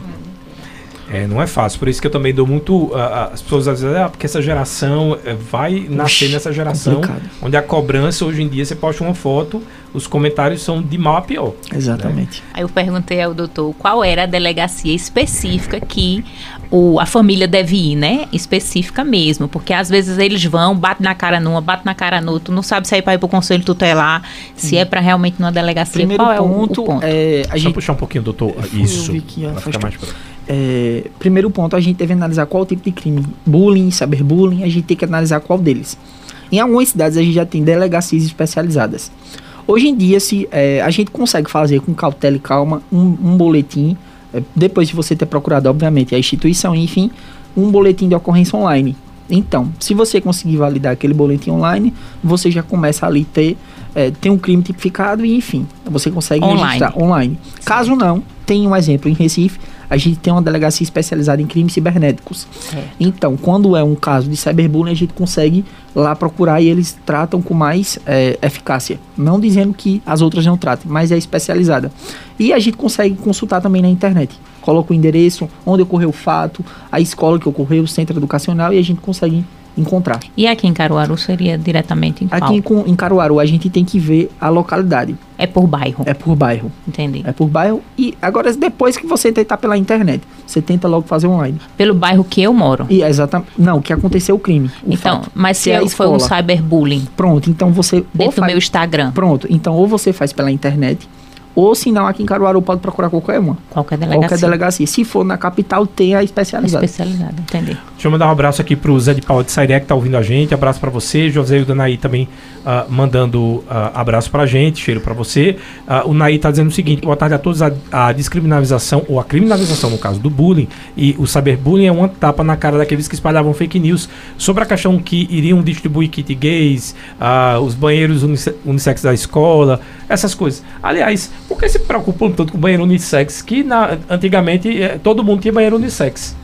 Não é fácil, por isso que eu também dou muito. As pessoas às vezes, porque essa geração vai nascer nessa geração complicado. onde a cobrança hoje em dia você posta uma foto, os comentários são de mal a pior. Exatamente. Aí eu perguntei ao doutor qual era a delegacia específica que a família deve ir, né? Específica mesmo, porque às vezes eles vão, bate na cara numa, bate na cara no outro, não sabe se é para ir para o conselho tutelar, se é para realmente numa delegacia. Primeiro qual ponto, é o ponto? a Só gente puxar um pouquinho, doutor. eu Isso. vi que Pra ficar mais próximo. primeiro ponto, a gente deve analisar qual tipo de crime. Bullying, cyberbullying, a gente tem que analisar qual deles. Em algumas cidades a gente já tem delegacias especializadas. Hoje em dia, a gente consegue fazer com cautela e calma um boletim, depois de você ter procurado, obviamente, a instituição, enfim, um boletim de ocorrência online. Então, se você conseguir validar aquele boletim online, você já começa ali ter um crime tipificado e, enfim, você consegue registrar online. Caso não, tem um exemplo em Recife, a gente tem uma delegacia especializada em crimes cibernéticos. Então, quando é um caso de cyberbullying, a gente consegue lá procurar e eles tratam com mais eficácia. Não dizendo que as outras não tratem, mas é especializada. E a gente consegue consultar também na internet. Coloca o endereço, onde ocorreu o fato, a escola que ocorreu, o centro educacional, e a gente consegue encontrar. E aqui em Caruaru seria diretamente em qual? Aqui em Caruaru a gente tem que ver a localidade. É por bairro. É por bairro. Entendi. É por bairro. E agora, depois que você tentar pela internet, você tenta logo fazer online. Pelo bairro que eu moro. E exatamente. Não, que aconteceu o crime. Então, fato. mas se a foi um cyberbullying Pronto, então você. dentro do meu Instagram. Pronto, então ou você faz pela internet, ou se não, aqui em Caruaru pode procurar qualquer uma. Qualquer delegacia. Qualquer delegacia. Se for na capital, tem a especializada. Especializada, entendi. Deixa eu mandar um abraço aqui pro Zé de Paula de Sairé, que tá ouvindo a gente. Abraço pra você. José e o Danaí também mandando abraço pra gente. Cheiro pra você. O Naí tá dizendo o seguinte: boa tarde a todos. A descriminalização, ou a criminalização, no caso do bullying, e o cyberbullying é uma tapa na cara daqueles que espalhavam fake news sobre a questão que iriam distribuir kit gays, os banheiros unissex da escola, essas coisas. Aliás, por que se preocupam tanto com banheiro unissex? Que antigamente todo mundo tinha banheiro unissex.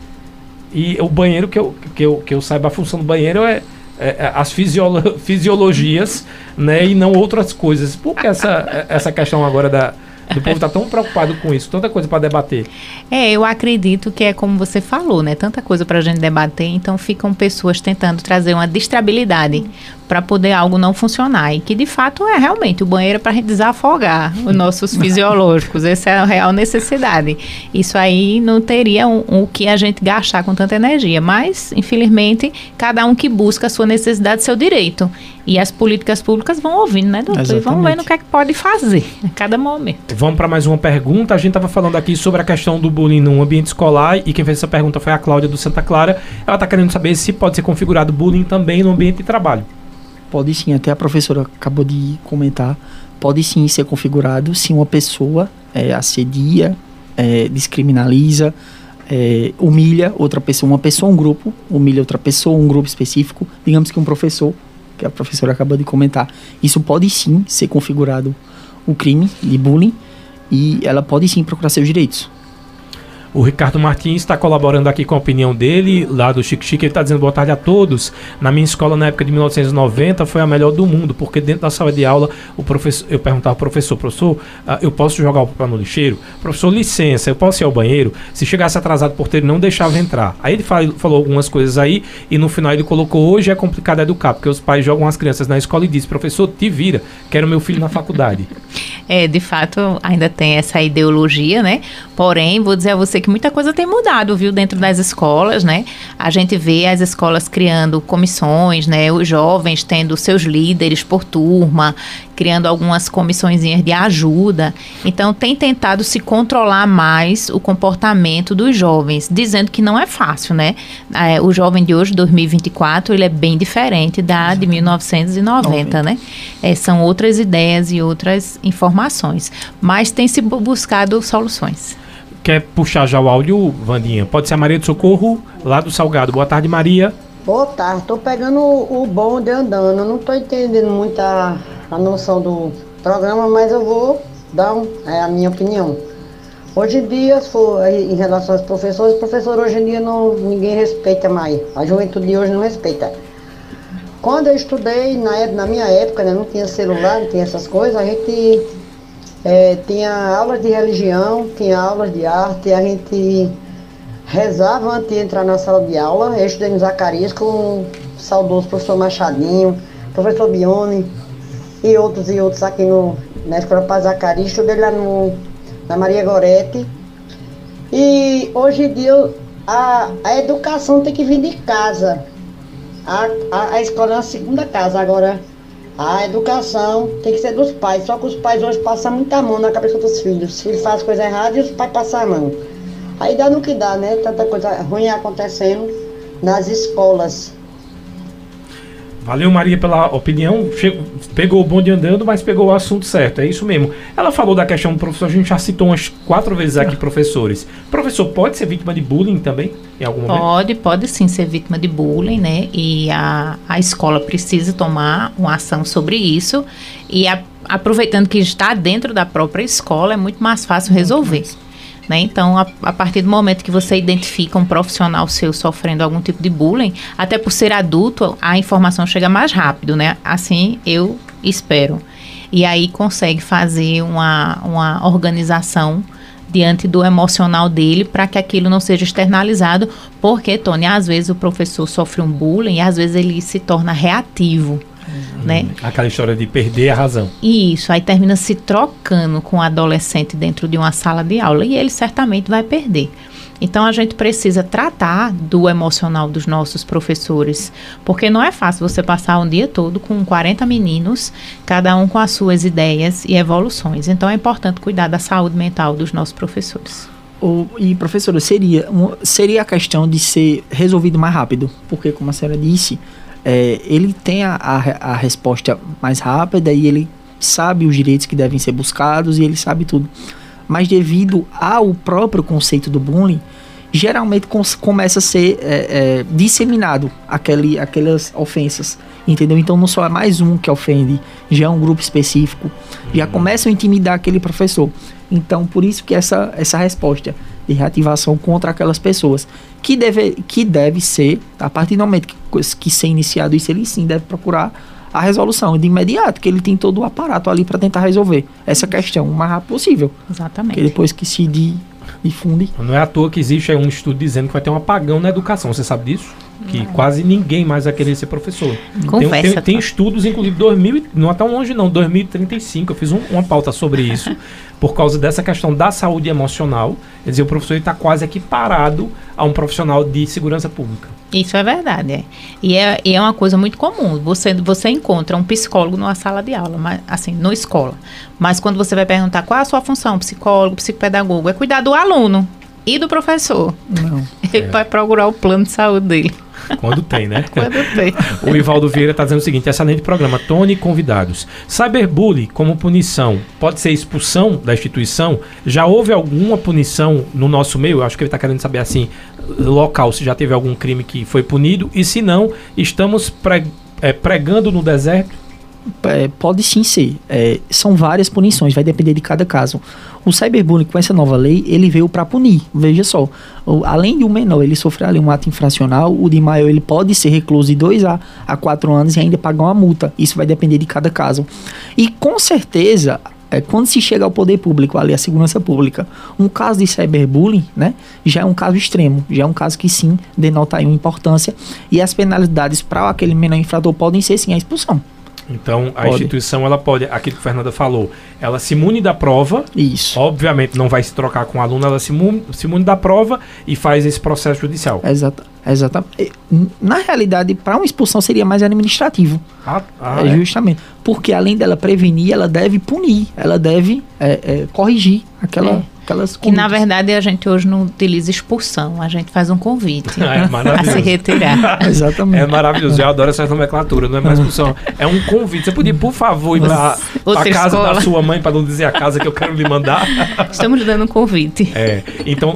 E o banheiro, que eu saiba, a função do banheiro é as fisiologias, né, e não outras coisas. Por que essa questão agora do povo tá tão preocupado com isso? Tanta coisa para debater. Eu acredito que é como você falou, né? Tanta coisa pra gente debater, então ficam pessoas tentando trazer uma destrabilidade para poder algo não funcionar. E que de fato é realmente o banheiro para a gente desafogar os nossos fisiológicos. Essa é a real necessidade. Isso aí não teria o que a gente gastar com tanta energia. Mas, infelizmente, cada um que busca a sua necessidade, seu direito. E as políticas públicas vão ouvindo, né, doutor? Exatamente. E vão vendo o que é que pode fazer a cada momento. Vamos para mais uma pergunta. A gente estava falando aqui sobre a questão do bullying no ambiente escolar, e quem fez essa pergunta foi a Cláudia do Santa Clara. Ela está querendo saber se pode ser configurado bullying também no ambiente de trabalho. Pode sim, até a professora acabou de comentar. Pode sim ser configurado se uma pessoa assedia, descriminaliza, humilha outra pessoa, uma pessoa, um grupo, humilha outra pessoa, um grupo específico, digamos que um professor, que a professora acabou de comentar. Isso pode sim ser configurado o crime de bullying, e ela pode sim procurar seus direitos. O Ricardo Martins está colaborando aqui com a opinião dele, lá do Chique Chique. Ele está dizendo: boa tarde a todos. Na minha escola, na época de 1990, foi a melhor do mundo, porque dentro da sala de aula, eu perguntava ao professor: eu posso jogar o papel no lixeiro? Professor, licença, eu posso ir ao banheiro? Se chegasse atrasado, o porteiro não deixava entrar. Aí ele falou algumas coisas aí, e no final ele colocou: hoje é complicado educar, porque os pais jogam as crianças na escola e dizem: professor, te vira, quero meu filho na faculdade. De fato, ainda tem essa ideologia, né? Porém, vou dizer a você que muita coisa tem mudado, viu, dentro das escolas, né? A gente vê as escolas criando comissões, né? Os jovens tendo seus líderes por turma, criando algumas comissõezinhas de ajuda. Então, tem tentado se controlar mais o comportamento dos jovens, dizendo que não é fácil, né? O jovem de hoje, 2024, ele é bem diferente da de 1990, né? São outras ideias e outras informações, mas tem se buscado soluções. Quer puxar já o áudio, Vandinha? Pode ser a Maria do Socorro, lá do Salgado. Boa tarde, Maria. Boa tarde. Tô pegando o bonde andando. Não tô entendendo muito a noção do programa, mas eu vou dar a minha opinião. Hoje em dia, em relação aos professores, hoje em dia ninguém respeita mais. A juventude de hoje não respeita. Quando eu estudei, na minha época, né, não tinha celular, não tinha essas coisas, a gente tinha aulas de religião, tinha aulas de arte, a gente rezava antes de entrar na sala de aula. Eu estudei no Zacarias com o saudoso professor Machadinho, professor Bione e outros aqui na Escola Paz Zacarias. Estudei lá na Maria Gorete. E hoje em dia a educação tem que vir de casa. A escola é a segunda casa. Agora a educação tem que ser dos pais. Só que os pais hoje passam muita mão na cabeça dos filhos. Os filhos fazem coisa errada e os pais passam a mão. Aí dá no que dá, né? Tanta coisa ruim acontecendo nas escolas. Valeu, Maria, pela opinião. Pegou o bonde andando, mas pegou o assunto certo. É isso mesmo. Ela falou da questão do professor. A gente já citou umas 4 vezes aqui professores. Professor pode ser vítima de bullying também, em algum momento? Pode sim ser vítima de bullying, né? E a escola precisa tomar uma ação sobre isso. E aproveitando que está dentro da própria escola, é muito mais fácil resolver. Né? Então, a partir do momento que você identifica um profissional seu sofrendo algum tipo de bullying, até por ser adulto, a informação chega mais rápido, né? Assim, eu espero. E aí consegue fazer uma organização diante do emocional dele para que aquilo não seja externalizado, porque, Tony, às vezes o professor sofre um bullying e às vezes ele se torna reativo. Né? Aquela história de perder a razão. Isso, aí termina se trocando com o adolescente dentro de uma sala de aula e ele certamente vai perder. Então a gente precisa tratar do emocional dos nossos professores, porque não é fácil você passar um dia todo com 40 meninos, cada um com as suas ideias e evoluções. Então é importante cuidar da saúde mental dos nossos professores. E professora, seria a questão de ser resolvido mais rápido, porque como a senhora disse, ele tem a resposta mais rápida e ele sabe os direitos que devem ser buscados e ele sabe tudo. Mas devido ao próprio conceito do bullying, geralmente começa a ser disseminado aquelas ofensas, entendeu? Então não só é mais um que ofende, já é um grupo específico, já começam a intimidar aquele professor. Então por isso que essa resposta de reativação contra aquelas pessoas, que deve ser, a partir do momento que ser iniciado isso, ele sim deve procurar a resolução de imediato, que ele tem todo o aparato ali para tentar resolver essa questão o mais rápido possível. Exatamente. Porque depois que se difunde. Não é à toa que existe um estudo dizendo que vai ter um apagão na educação, você sabe disso? Que quase ninguém mais vai querer ser professor. Tem estudos, inclusive, não é tão longe não, 2035, eu fiz uma pauta sobre isso, por causa dessa questão da saúde emocional. Quer dizer, o professor está quase equiparado a um profissional de segurança pública. Isso é verdade, E é uma coisa muito comum. Você encontra um psicólogo numa sala de aula, mas, assim, na escola. Mas quando você vai perguntar qual é a sua função, psicólogo, psicopedagogo, é cuidar do aluno e do professor. Não. Ele vai procurar o plano de saúde dele. Quando tem, né? Quando tem. O Ivaldo Vieira está dizendo o seguinte: excelente programa, Tony e convidados. Cyberbullying como punição pode ser expulsão da instituição? Já houve alguma punição no nosso meio? Eu acho que ele está querendo saber assim, local, se já teve algum crime que foi punido e se não, estamos pregando no deserto? Pode sim ser. São várias punições, vai depender de cada caso. O cyberbullying, com essa nova lei, ele veio para punir. Veja só, além de o menor ele sofrer ali um ato infracional, o de maior ele pode ser recluso de 2 a 4 anos e ainda pagar uma multa. Isso vai depender de cada caso. E com certeza, quando se chega ao poder público, ali a segurança pública, um caso de cyberbullying, né, já é um caso extremo, já é um caso que sim denota aí uma importância, e as penalidades para aquele menor infrator podem ser sim a expulsão. Então, a instituição, ela pode, aquilo que a Fernanda falou, ela se imune da prova. Isso. Obviamente, não vai se trocar com o aluno, ela se imune da prova e faz esse processo judicial. Exatamente. Na realidade, para uma expulsão seria mais administrativo. Justamente. Porque além dela prevenir, ela deve punir, ela deve corrigir aquelas que na verdade a gente hoje não utiliza expulsão, a gente faz um convite a se retirar. Exatamente. É maravilhoso, eu adoro essa nomenclatura, não é mais expulsão, é um convite. Você podia, por favor, ir para a casa da sua mãe, para não dizer a casa que eu quero lhe mandar. Estamos lhe dando um convite. Então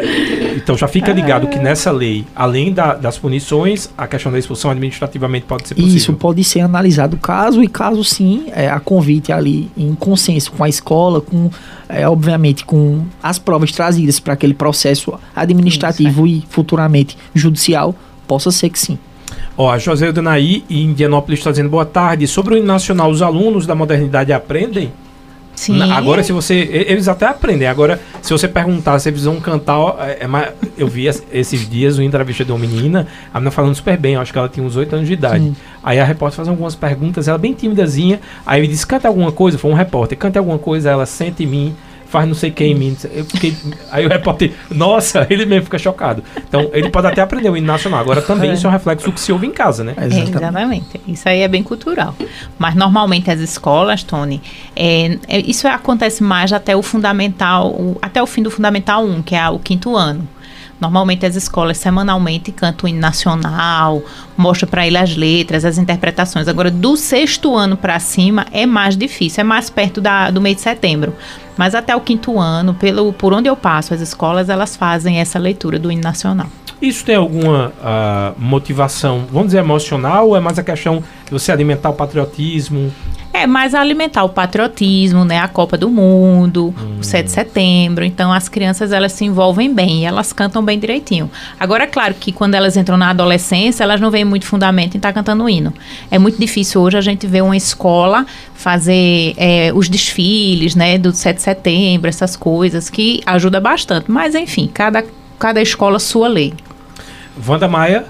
já fica ligado que nessa lei, além das punições, a questão da expulsão administrativamente pode ser possível. Isso pode ser analisado caso sim, a convite ali em consenso com a escola, obviamente com as provas trazidas para aquele processo administrativo e futuramente judicial, possa ser que sim. A José Udanaí, em Indianópolis, está dizendo boa tarde. Sobre o hino nacional, os alunos da modernidade aprendem? Sim. Agora, eles até aprendem. Agora, se você perguntar se eles vão cantar, eu vi esses dias uma entrevista de uma menina, a menina falando super bem, eu acho que ela tinha uns 8 anos de idade. Sim. Aí a repórter faz algumas perguntas, ela bem timidazinha, aí ele disse, canta alguma coisa, foi um repórter, canta alguma coisa, ela sente em mim, faz não sei quem em mim. Aí o repórter, nossa, ele mesmo fica chocado. Então, ele pode até aprender o hino nacional. Agora, também isso é um reflexo do que se ouve em casa, né? Exatamente. Isso aí é bem cultural. Mas, normalmente, as escolas, Tony, isso acontece mais até o fundamental, até o fim do Fundamental 1, que é o 5º ano. Normalmente as escolas semanalmente cantam o hino nacional, mostram para ele as letras, as interpretações. Agora, do 6º ano para cima é mais difícil, é mais perto do mês de setembro. Mas até o 5º ano, por onde eu passo, as escolas, elas fazem essa leitura do hino nacional. Isso tem alguma motivação, vamos dizer, emocional, ou é mais a questão de você alimentar o patriotismo? É mais alimentar o patriotismo, né? A Copa do Mundo, o 7 de setembro. Então, as crianças, elas se envolvem bem, elas cantam bem direitinho. Agora, é claro que quando elas entram na adolescência, elas não veem muito fundamento em estar cantando o hino. É muito difícil hoje a gente ver uma escola fazer os desfiles, né? Do 7 de setembro, essas coisas, que ajuda bastante. Mas, enfim, cada escola sua lei. Wanda Maia.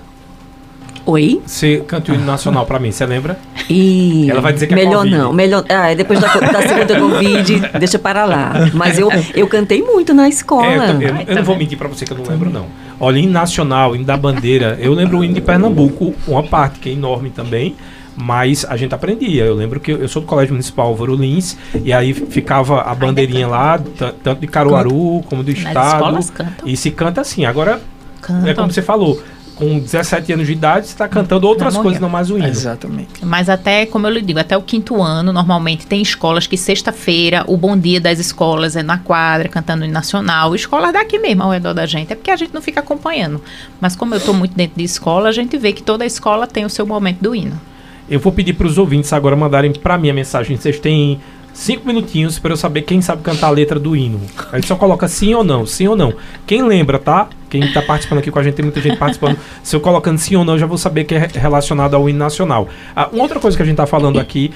Oi? Você canta o hino nacional pra mim, você lembra? Ela vai dizer que melhor é Covid. Não, melhor. Depois da segunda Covid, deixa para lá. Mas eu cantei muito na escola. Eu não vou mentir pra você que eu não lembro, não. Olha, hino nacional, hino da bandeira. Eu lembro o hino de Pernambuco, uma parte que é enorme também. Mas a gente aprendia. Eu lembro que eu sou do Colégio Municipal Álvaro Lins, e aí ficava a bandeirinha lá, tanto de Caruaru como do estado. E se canta assim. Agora, é como você falou, com 17 anos de idade, você está cantando outras coisas, não mais o hino. Exatamente. Mas até, como eu lhe digo, até o 5º ano, normalmente tem escolas que sexta-feira, o bom dia das escolas é na quadra, cantando o hino nacional. Escolas daqui mesmo, ao redor da gente. É porque a gente não fica acompanhando. Mas como eu estou muito dentro de escola, a gente vê que toda escola tem o seu momento do hino. Eu vou pedir para os ouvintes agora mandarem para mim a mensagem. Vocês têm 5 minutinhos para eu saber quem sabe cantar a letra do hino. A gente só coloca sim ou não, sim ou não. Quem lembra, tá? Quem está participando aqui com a gente, tem muita gente participando. Se eu colocando sim ou não, eu já vou saber que é relacionado ao hino nacional. Uma outra coisa que a gente está falando aqui,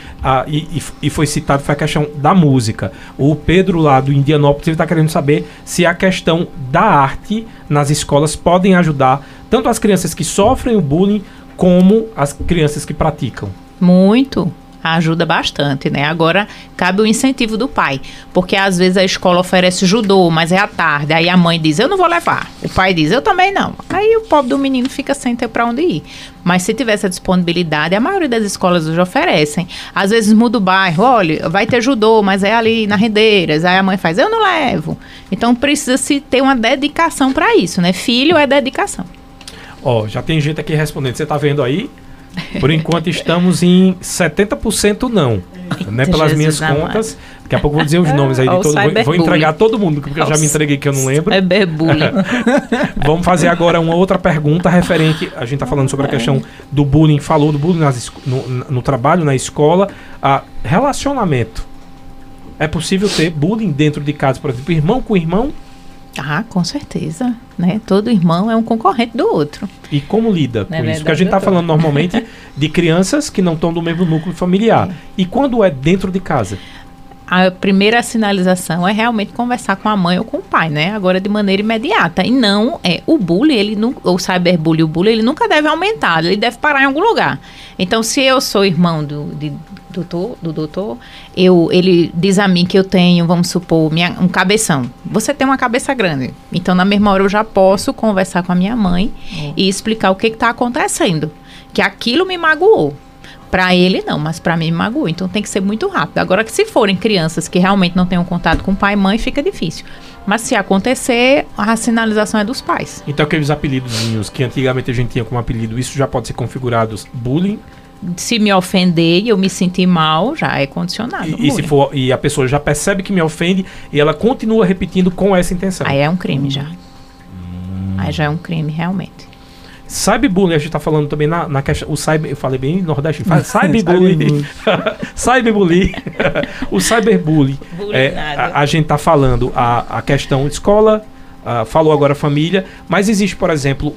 e foi citado, foi a questão da música. O Pedro lá do Indianópolis, ele está querendo saber se a questão da arte nas escolas podem ajudar tanto as crianças que sofrem o bullying como as crianças que praticam. Muito. Ajuda bastante, né? Agora, cabe o incentivo do pai. Porque, às vezes, a escola oferece judô, mas é à tarde. Aí a mãe diz, eu não vou levar. O pai diz, eu também não. Aí o pobre do menino fica sem ter para onde ir. Mas se tiver essa disponibilidade, a maioria das escolas hoje oferecem. Às vezes muda o bairro. Olha, vai ter judô, mas é ali na Rendeiras. Aí a mãe faz, eu não levo. Então, precisa-se ter uma dedicação para isso, né? Filho é dedicação. Já tem gente aqui respondendo. Você tá vendo aí? Por enquanto estamos em 70% não, né, pelas minhas contas, Daqui a pouco eu vou dizer os nomes aí de todo mundo. Vou entregar todo mundo, porque eu já me entreguei que eu não lembro. Cyberbullying. Vamos fazer agora uma outra pergunta referente. A gente tá falando sobre a questão do bullying, falou do bullying no trabalho, na escola. Relacionamento. É possível ter bullying dentro de casa, por exemplo, irmão com irmão? Com certeza, né? Todo irmão é um concorrente do outro. E como lida com isso? Porque a gente está falando normalmente de crianças que não estão do mesmo núcleo familiar. E quando é dentro de casa? A primeira sinalização é realmente conversar com a mãe ou com o pai, né? Agora de maneira imediata. E não o bullying, o cyberbullying, o bullying, ele nunca deve aumentar, ele deve parar em algum lugar. Então, se eu sou irmão do doutor, ele diz a mim que eu tenho, vamos supor, um cabeção. Você tem uma cabeça grande. Então, na mesma hora, eu já posso conversar com a minha mãe e explicar o que está acontecendo. Que aquilo me magoou. Para ele não, mas para mim me magoou. Então tem que ser muito rápido. Agora que se forem crianças que realmente não tenham contato com pai e mãe, fica difícil. Mas se acontecer, a sinalização é dos pais. Então aqueles apelidozinhos que antigamente a gente tinha como apelido, isso já pode ser configurado bullying? Se me ofender e eu me sentir mal, já é condicionado. E a pessoa já percebe que me ofende e ela continua repetindo com essa intenção. Aí é um crime já. Aí já é um crime, realmente. Cyberbullying, a gente está falando também na questão. O cyber, eu falei bem nordestino. Cyberbullying. Cyberbullying. O cyberbullying. A gente está falando a questão escola, falou agora família, mas existe, por exemplo,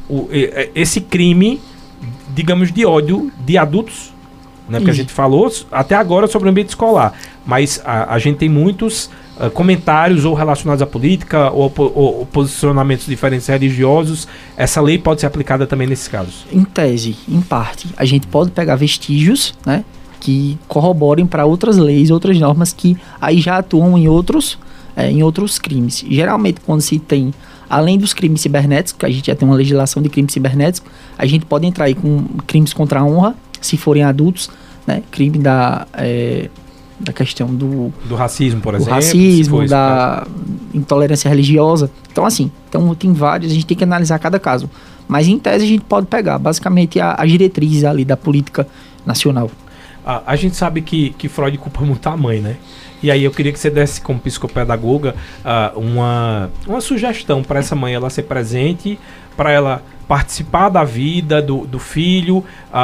esse crime, digamos, de ódio de adultos, né? Porque a gente falou até agora sobre o ambiente escolar, mas a gente tem muitos comentários ou relacionados à política ou posicionamentos diferentes religiosos. Essa lei pode ser aplicada também nesses casos? Em tese, em parte. A gente pode pegar vestígios, né, que corroborem para outras leis, outras normas que aí já atuam em outros crimes. Geralmente, quando se tem, além dos crimes cibernéticos, que a gente já tem uma legislação de crimes cibernéticos, a gente pode entrar aí com crimes contra a honra, se forem adultos, né, crime da questão do racismo, por exemplo. Do racismo, da intolerância religiosa. Então, assim, tem vários, a gente tem que analisar cada caso. Mas, em tese, a gente pode pegar, basicamente, as diretrizes ali da política nacional. A gente sabe que Freud culpa muito a mãe, né? E aí eu queria que você desse, como psicopedagoga, uma sugestão para essa mãe, ela ser presente, para ela participar da vida do filho,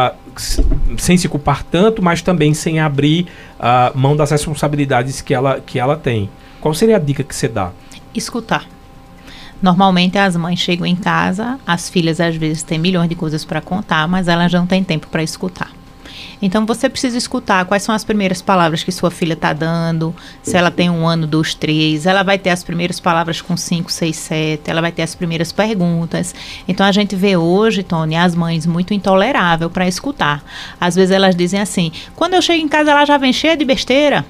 sem se culpar tanto, mas também sem abrir mão das responsabilidades que ela tem. Qual seria a dica que você dá? Escutar. Normalmente as mães chegam em casa, as filhas às vezes têm milhões de coisas para contar, mas elas não têm tempo para escutar. Então você precisa escutar quais são as primeiras palavras que sua filha está dando, se ela tem 1 ano, 2, 3, ela vai ter as primeiras palavras com 5, 6, 7, ela vai ter as primeiras perguntas. Então a gente vê hoje, Tony, as mães muito intolerável para escutar. Às vezes elas dizem assim, quando eu chego em casa ela já vem cheia de besteira.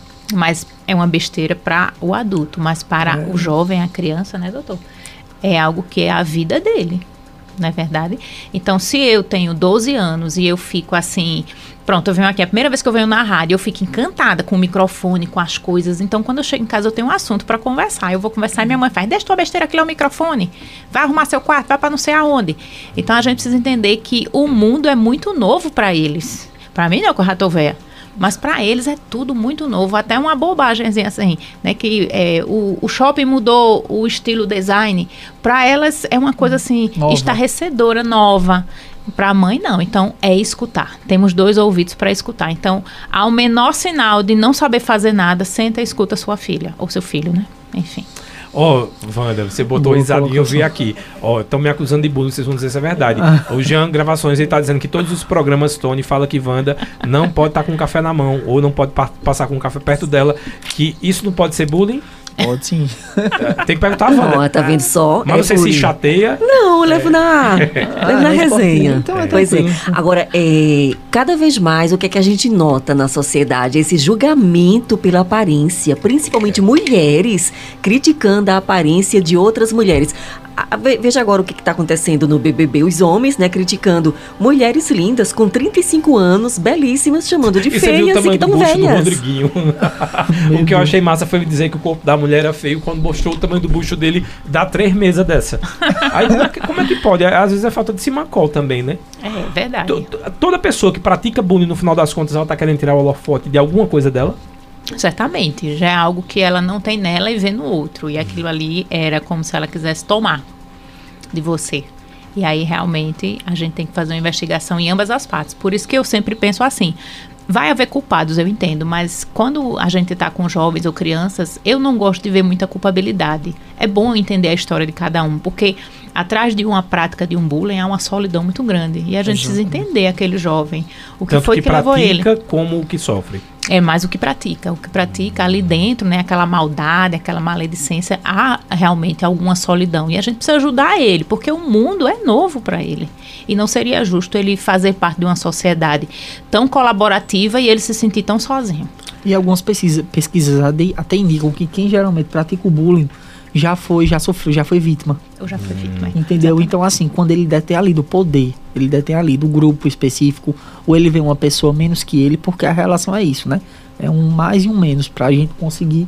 Mas é uma besteira para o adulto, mas para o jovem, a criança, né, doutor? É algo que é a vida dele. Não é verdade? Então, se eu tenho 12 anos e eu fico assim, pronto, eu venho aqui, a primeira vez que eu venho na rádio, eu fico encantada com o microfone, com as coisas. Então, quando eu chego em casa, eu tenho um assunto para conversar. Eu vou conversar e minha mãe faz, deixa tua besteira aqui, lá o microfone, vai arrumar seu quarto, vai para não sei aonde. Então, a gente precisa entender que o mundo é muito novo para eles. Para mim não, que eu já tô velha. Mas para eles é tudo muito novo, até uma bobagem assim, né? Que o shopping mudou o estilo design. Para elas é uma coisa assim, estarrecedora, nova. Para a mãe não, então é escutar. Temos 2 ouvidos para escutar. Então, ao menor sinal de não saber fazer nada, senta e escuta sua filha ou seu filho, né? Enfim. Wanda, você botou risadinha, eu vi aqui. Estão me acusando de bullying, vocês vão dizer se é verdade. O Jean Gravações, ele tá dizendo que todos os programas, Tony, fala que Wanda não pode estar com um café na mão, ou não pode passar com um café perto dela, que isso não pode ser bullying? Pode sim. Tem que perguntar a Wanda. Tá vendo só? Mas você se chateia? Não, eu levo na resenha. Então pois é. Agora, cada vez mais, o que é que a gente nota na sociedade? Esse julgamento pela aparência, principalmente mulheres criticando a aparência de outras mulheres. Veja agora o que está acontecendo no BBB. Os homens, né, criticando mulheres lindas com 35 anos, belíssimas, chamando de feias e que estão velhas. Do Rodriguinho. O que eu achei massa foi dizer que o corpo da mulher era feio quando mostrou o tamanho do bucho dele dá 3 mesas dessa. Aí como é que pode? Às vezes é falta de simacol também, né? É verdade. Toda pessoa que pratica bullying, no final das contas, ela tá querendo tirar o holofote de alguma coisa dela? Certamente, já é algo que ela não tem nela e vê no outro. E aquilo ali era como se ela quisesse tomar de você. E aí, realmente, a gente tem que fazer uma investigação em ambas as partes. Por isso que eu sempre penso assim, vai haver culpados, eu entendo, mas quando a gente está com jovens ou crianças, eu não gosto de ver muita culpabilidade. É bom entender a história de cada um, porque atrás de uma prática de um bullying há uma solidão muito grande. E a gente precisa entender aquele jovem, o que foi que levou ele. Tanto que pratica como o que sofre. É mais o que pratica. O que pratica ali dentro, né? Aquela maldade, aquela maledicência, há realmente alguma solidão. E a gente precisa ajudar ele, porque o mundo é novo para ele. E não seria justo ele fazer parte de uma sociedade tão colaborativa e ele se sentir tão sozinho. E algumas pesquisas até indicam que quem geralmente pratica o bullying já sofreu, já foi vítima. Eu já fui vítima. Entendeu? Exatamente. Então, assim, quando ele detém ali do poder, ele detém ali do grupo específico, ou ele vê uma pessoa menos que ele, porque a relação é isso, né? É um mais e um menos pra gente conseguir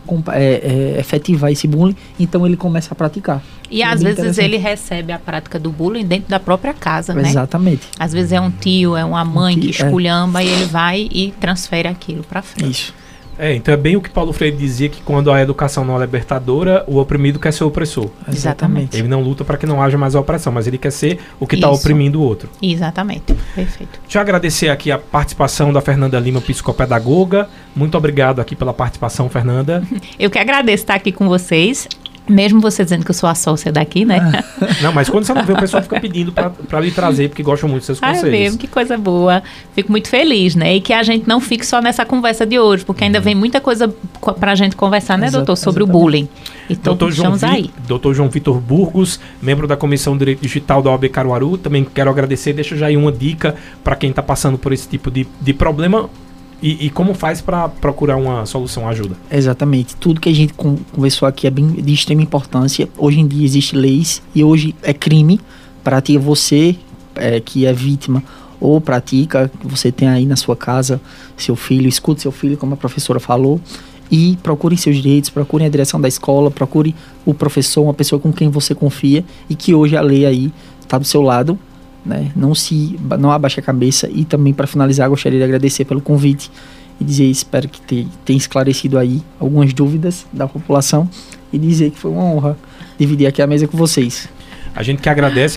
efetivar esse bullying, então ele começa a praticar. E às vezes ele recebe a prática do bullying dentro da própria casa, né? Exatamente. Às vezes é um tio, é uma mãe que esculhamba e ele vai e transfere aquilo pra frente. Isso. Então é bem o que Paulo Freire dizia, que quando a educação não é libertadora, o oprimido quer ser opressor. Exatamente. Ele não luta para que não haja mais a opressão, mas ele quer ser o que está oprimindo o outro. Exatamente, perfeito. Deixa eu agradecer aqui a participação da Fernanda Lima, psicopedagoga. Muito obrigado aqui pela participação, Fernanda. Eu que agradeço estar aqui com vocês. Mesmo você dizendo que eu sou a sócia daqui, né? Não, mas quando você não vê, o pessoal fica pedindo pra lhe trazer, porque gostam muito dos seus conselhos. É mesmo, que coisa boa. Fico muito feliz, né? E que a gente não fique só nessa conversa de hoje, porque ainda vem muita coisa pra gente conversar, né, doutor? Sobre o bullying. Então, estamos aí. Doutor João Vitor Burgos, membro da Comissão de Direito Digital da OAB Caruaru. Também quero agradecer. Deixa já aí uma dica para quem está passando por esse tipo de problema. E como faz para procurar uma solução, ajuda? Exatamente. Tudo que a gente conversou aqui é bem de extrema importância. Hoje em dia existem leis e hoje é crime para você que é vítima ou pratica, que você tem aí na sua casa seu filho, escute seu filho, como a professora falou, e procure seus direitos, procure a direção da escola, procure o professor, uma pessoa com quem você confia e que hoje a lei aí está do seu lado. Né? Não abaixe a cabeça. E também, para finalizar, gostaria de agradecer pelo convite e dizer, espero que tenha esclarecido aí algumas dúvidas da população e dizer que foi uma honra dividir aqui a mesa com vocês. A gente que agradece.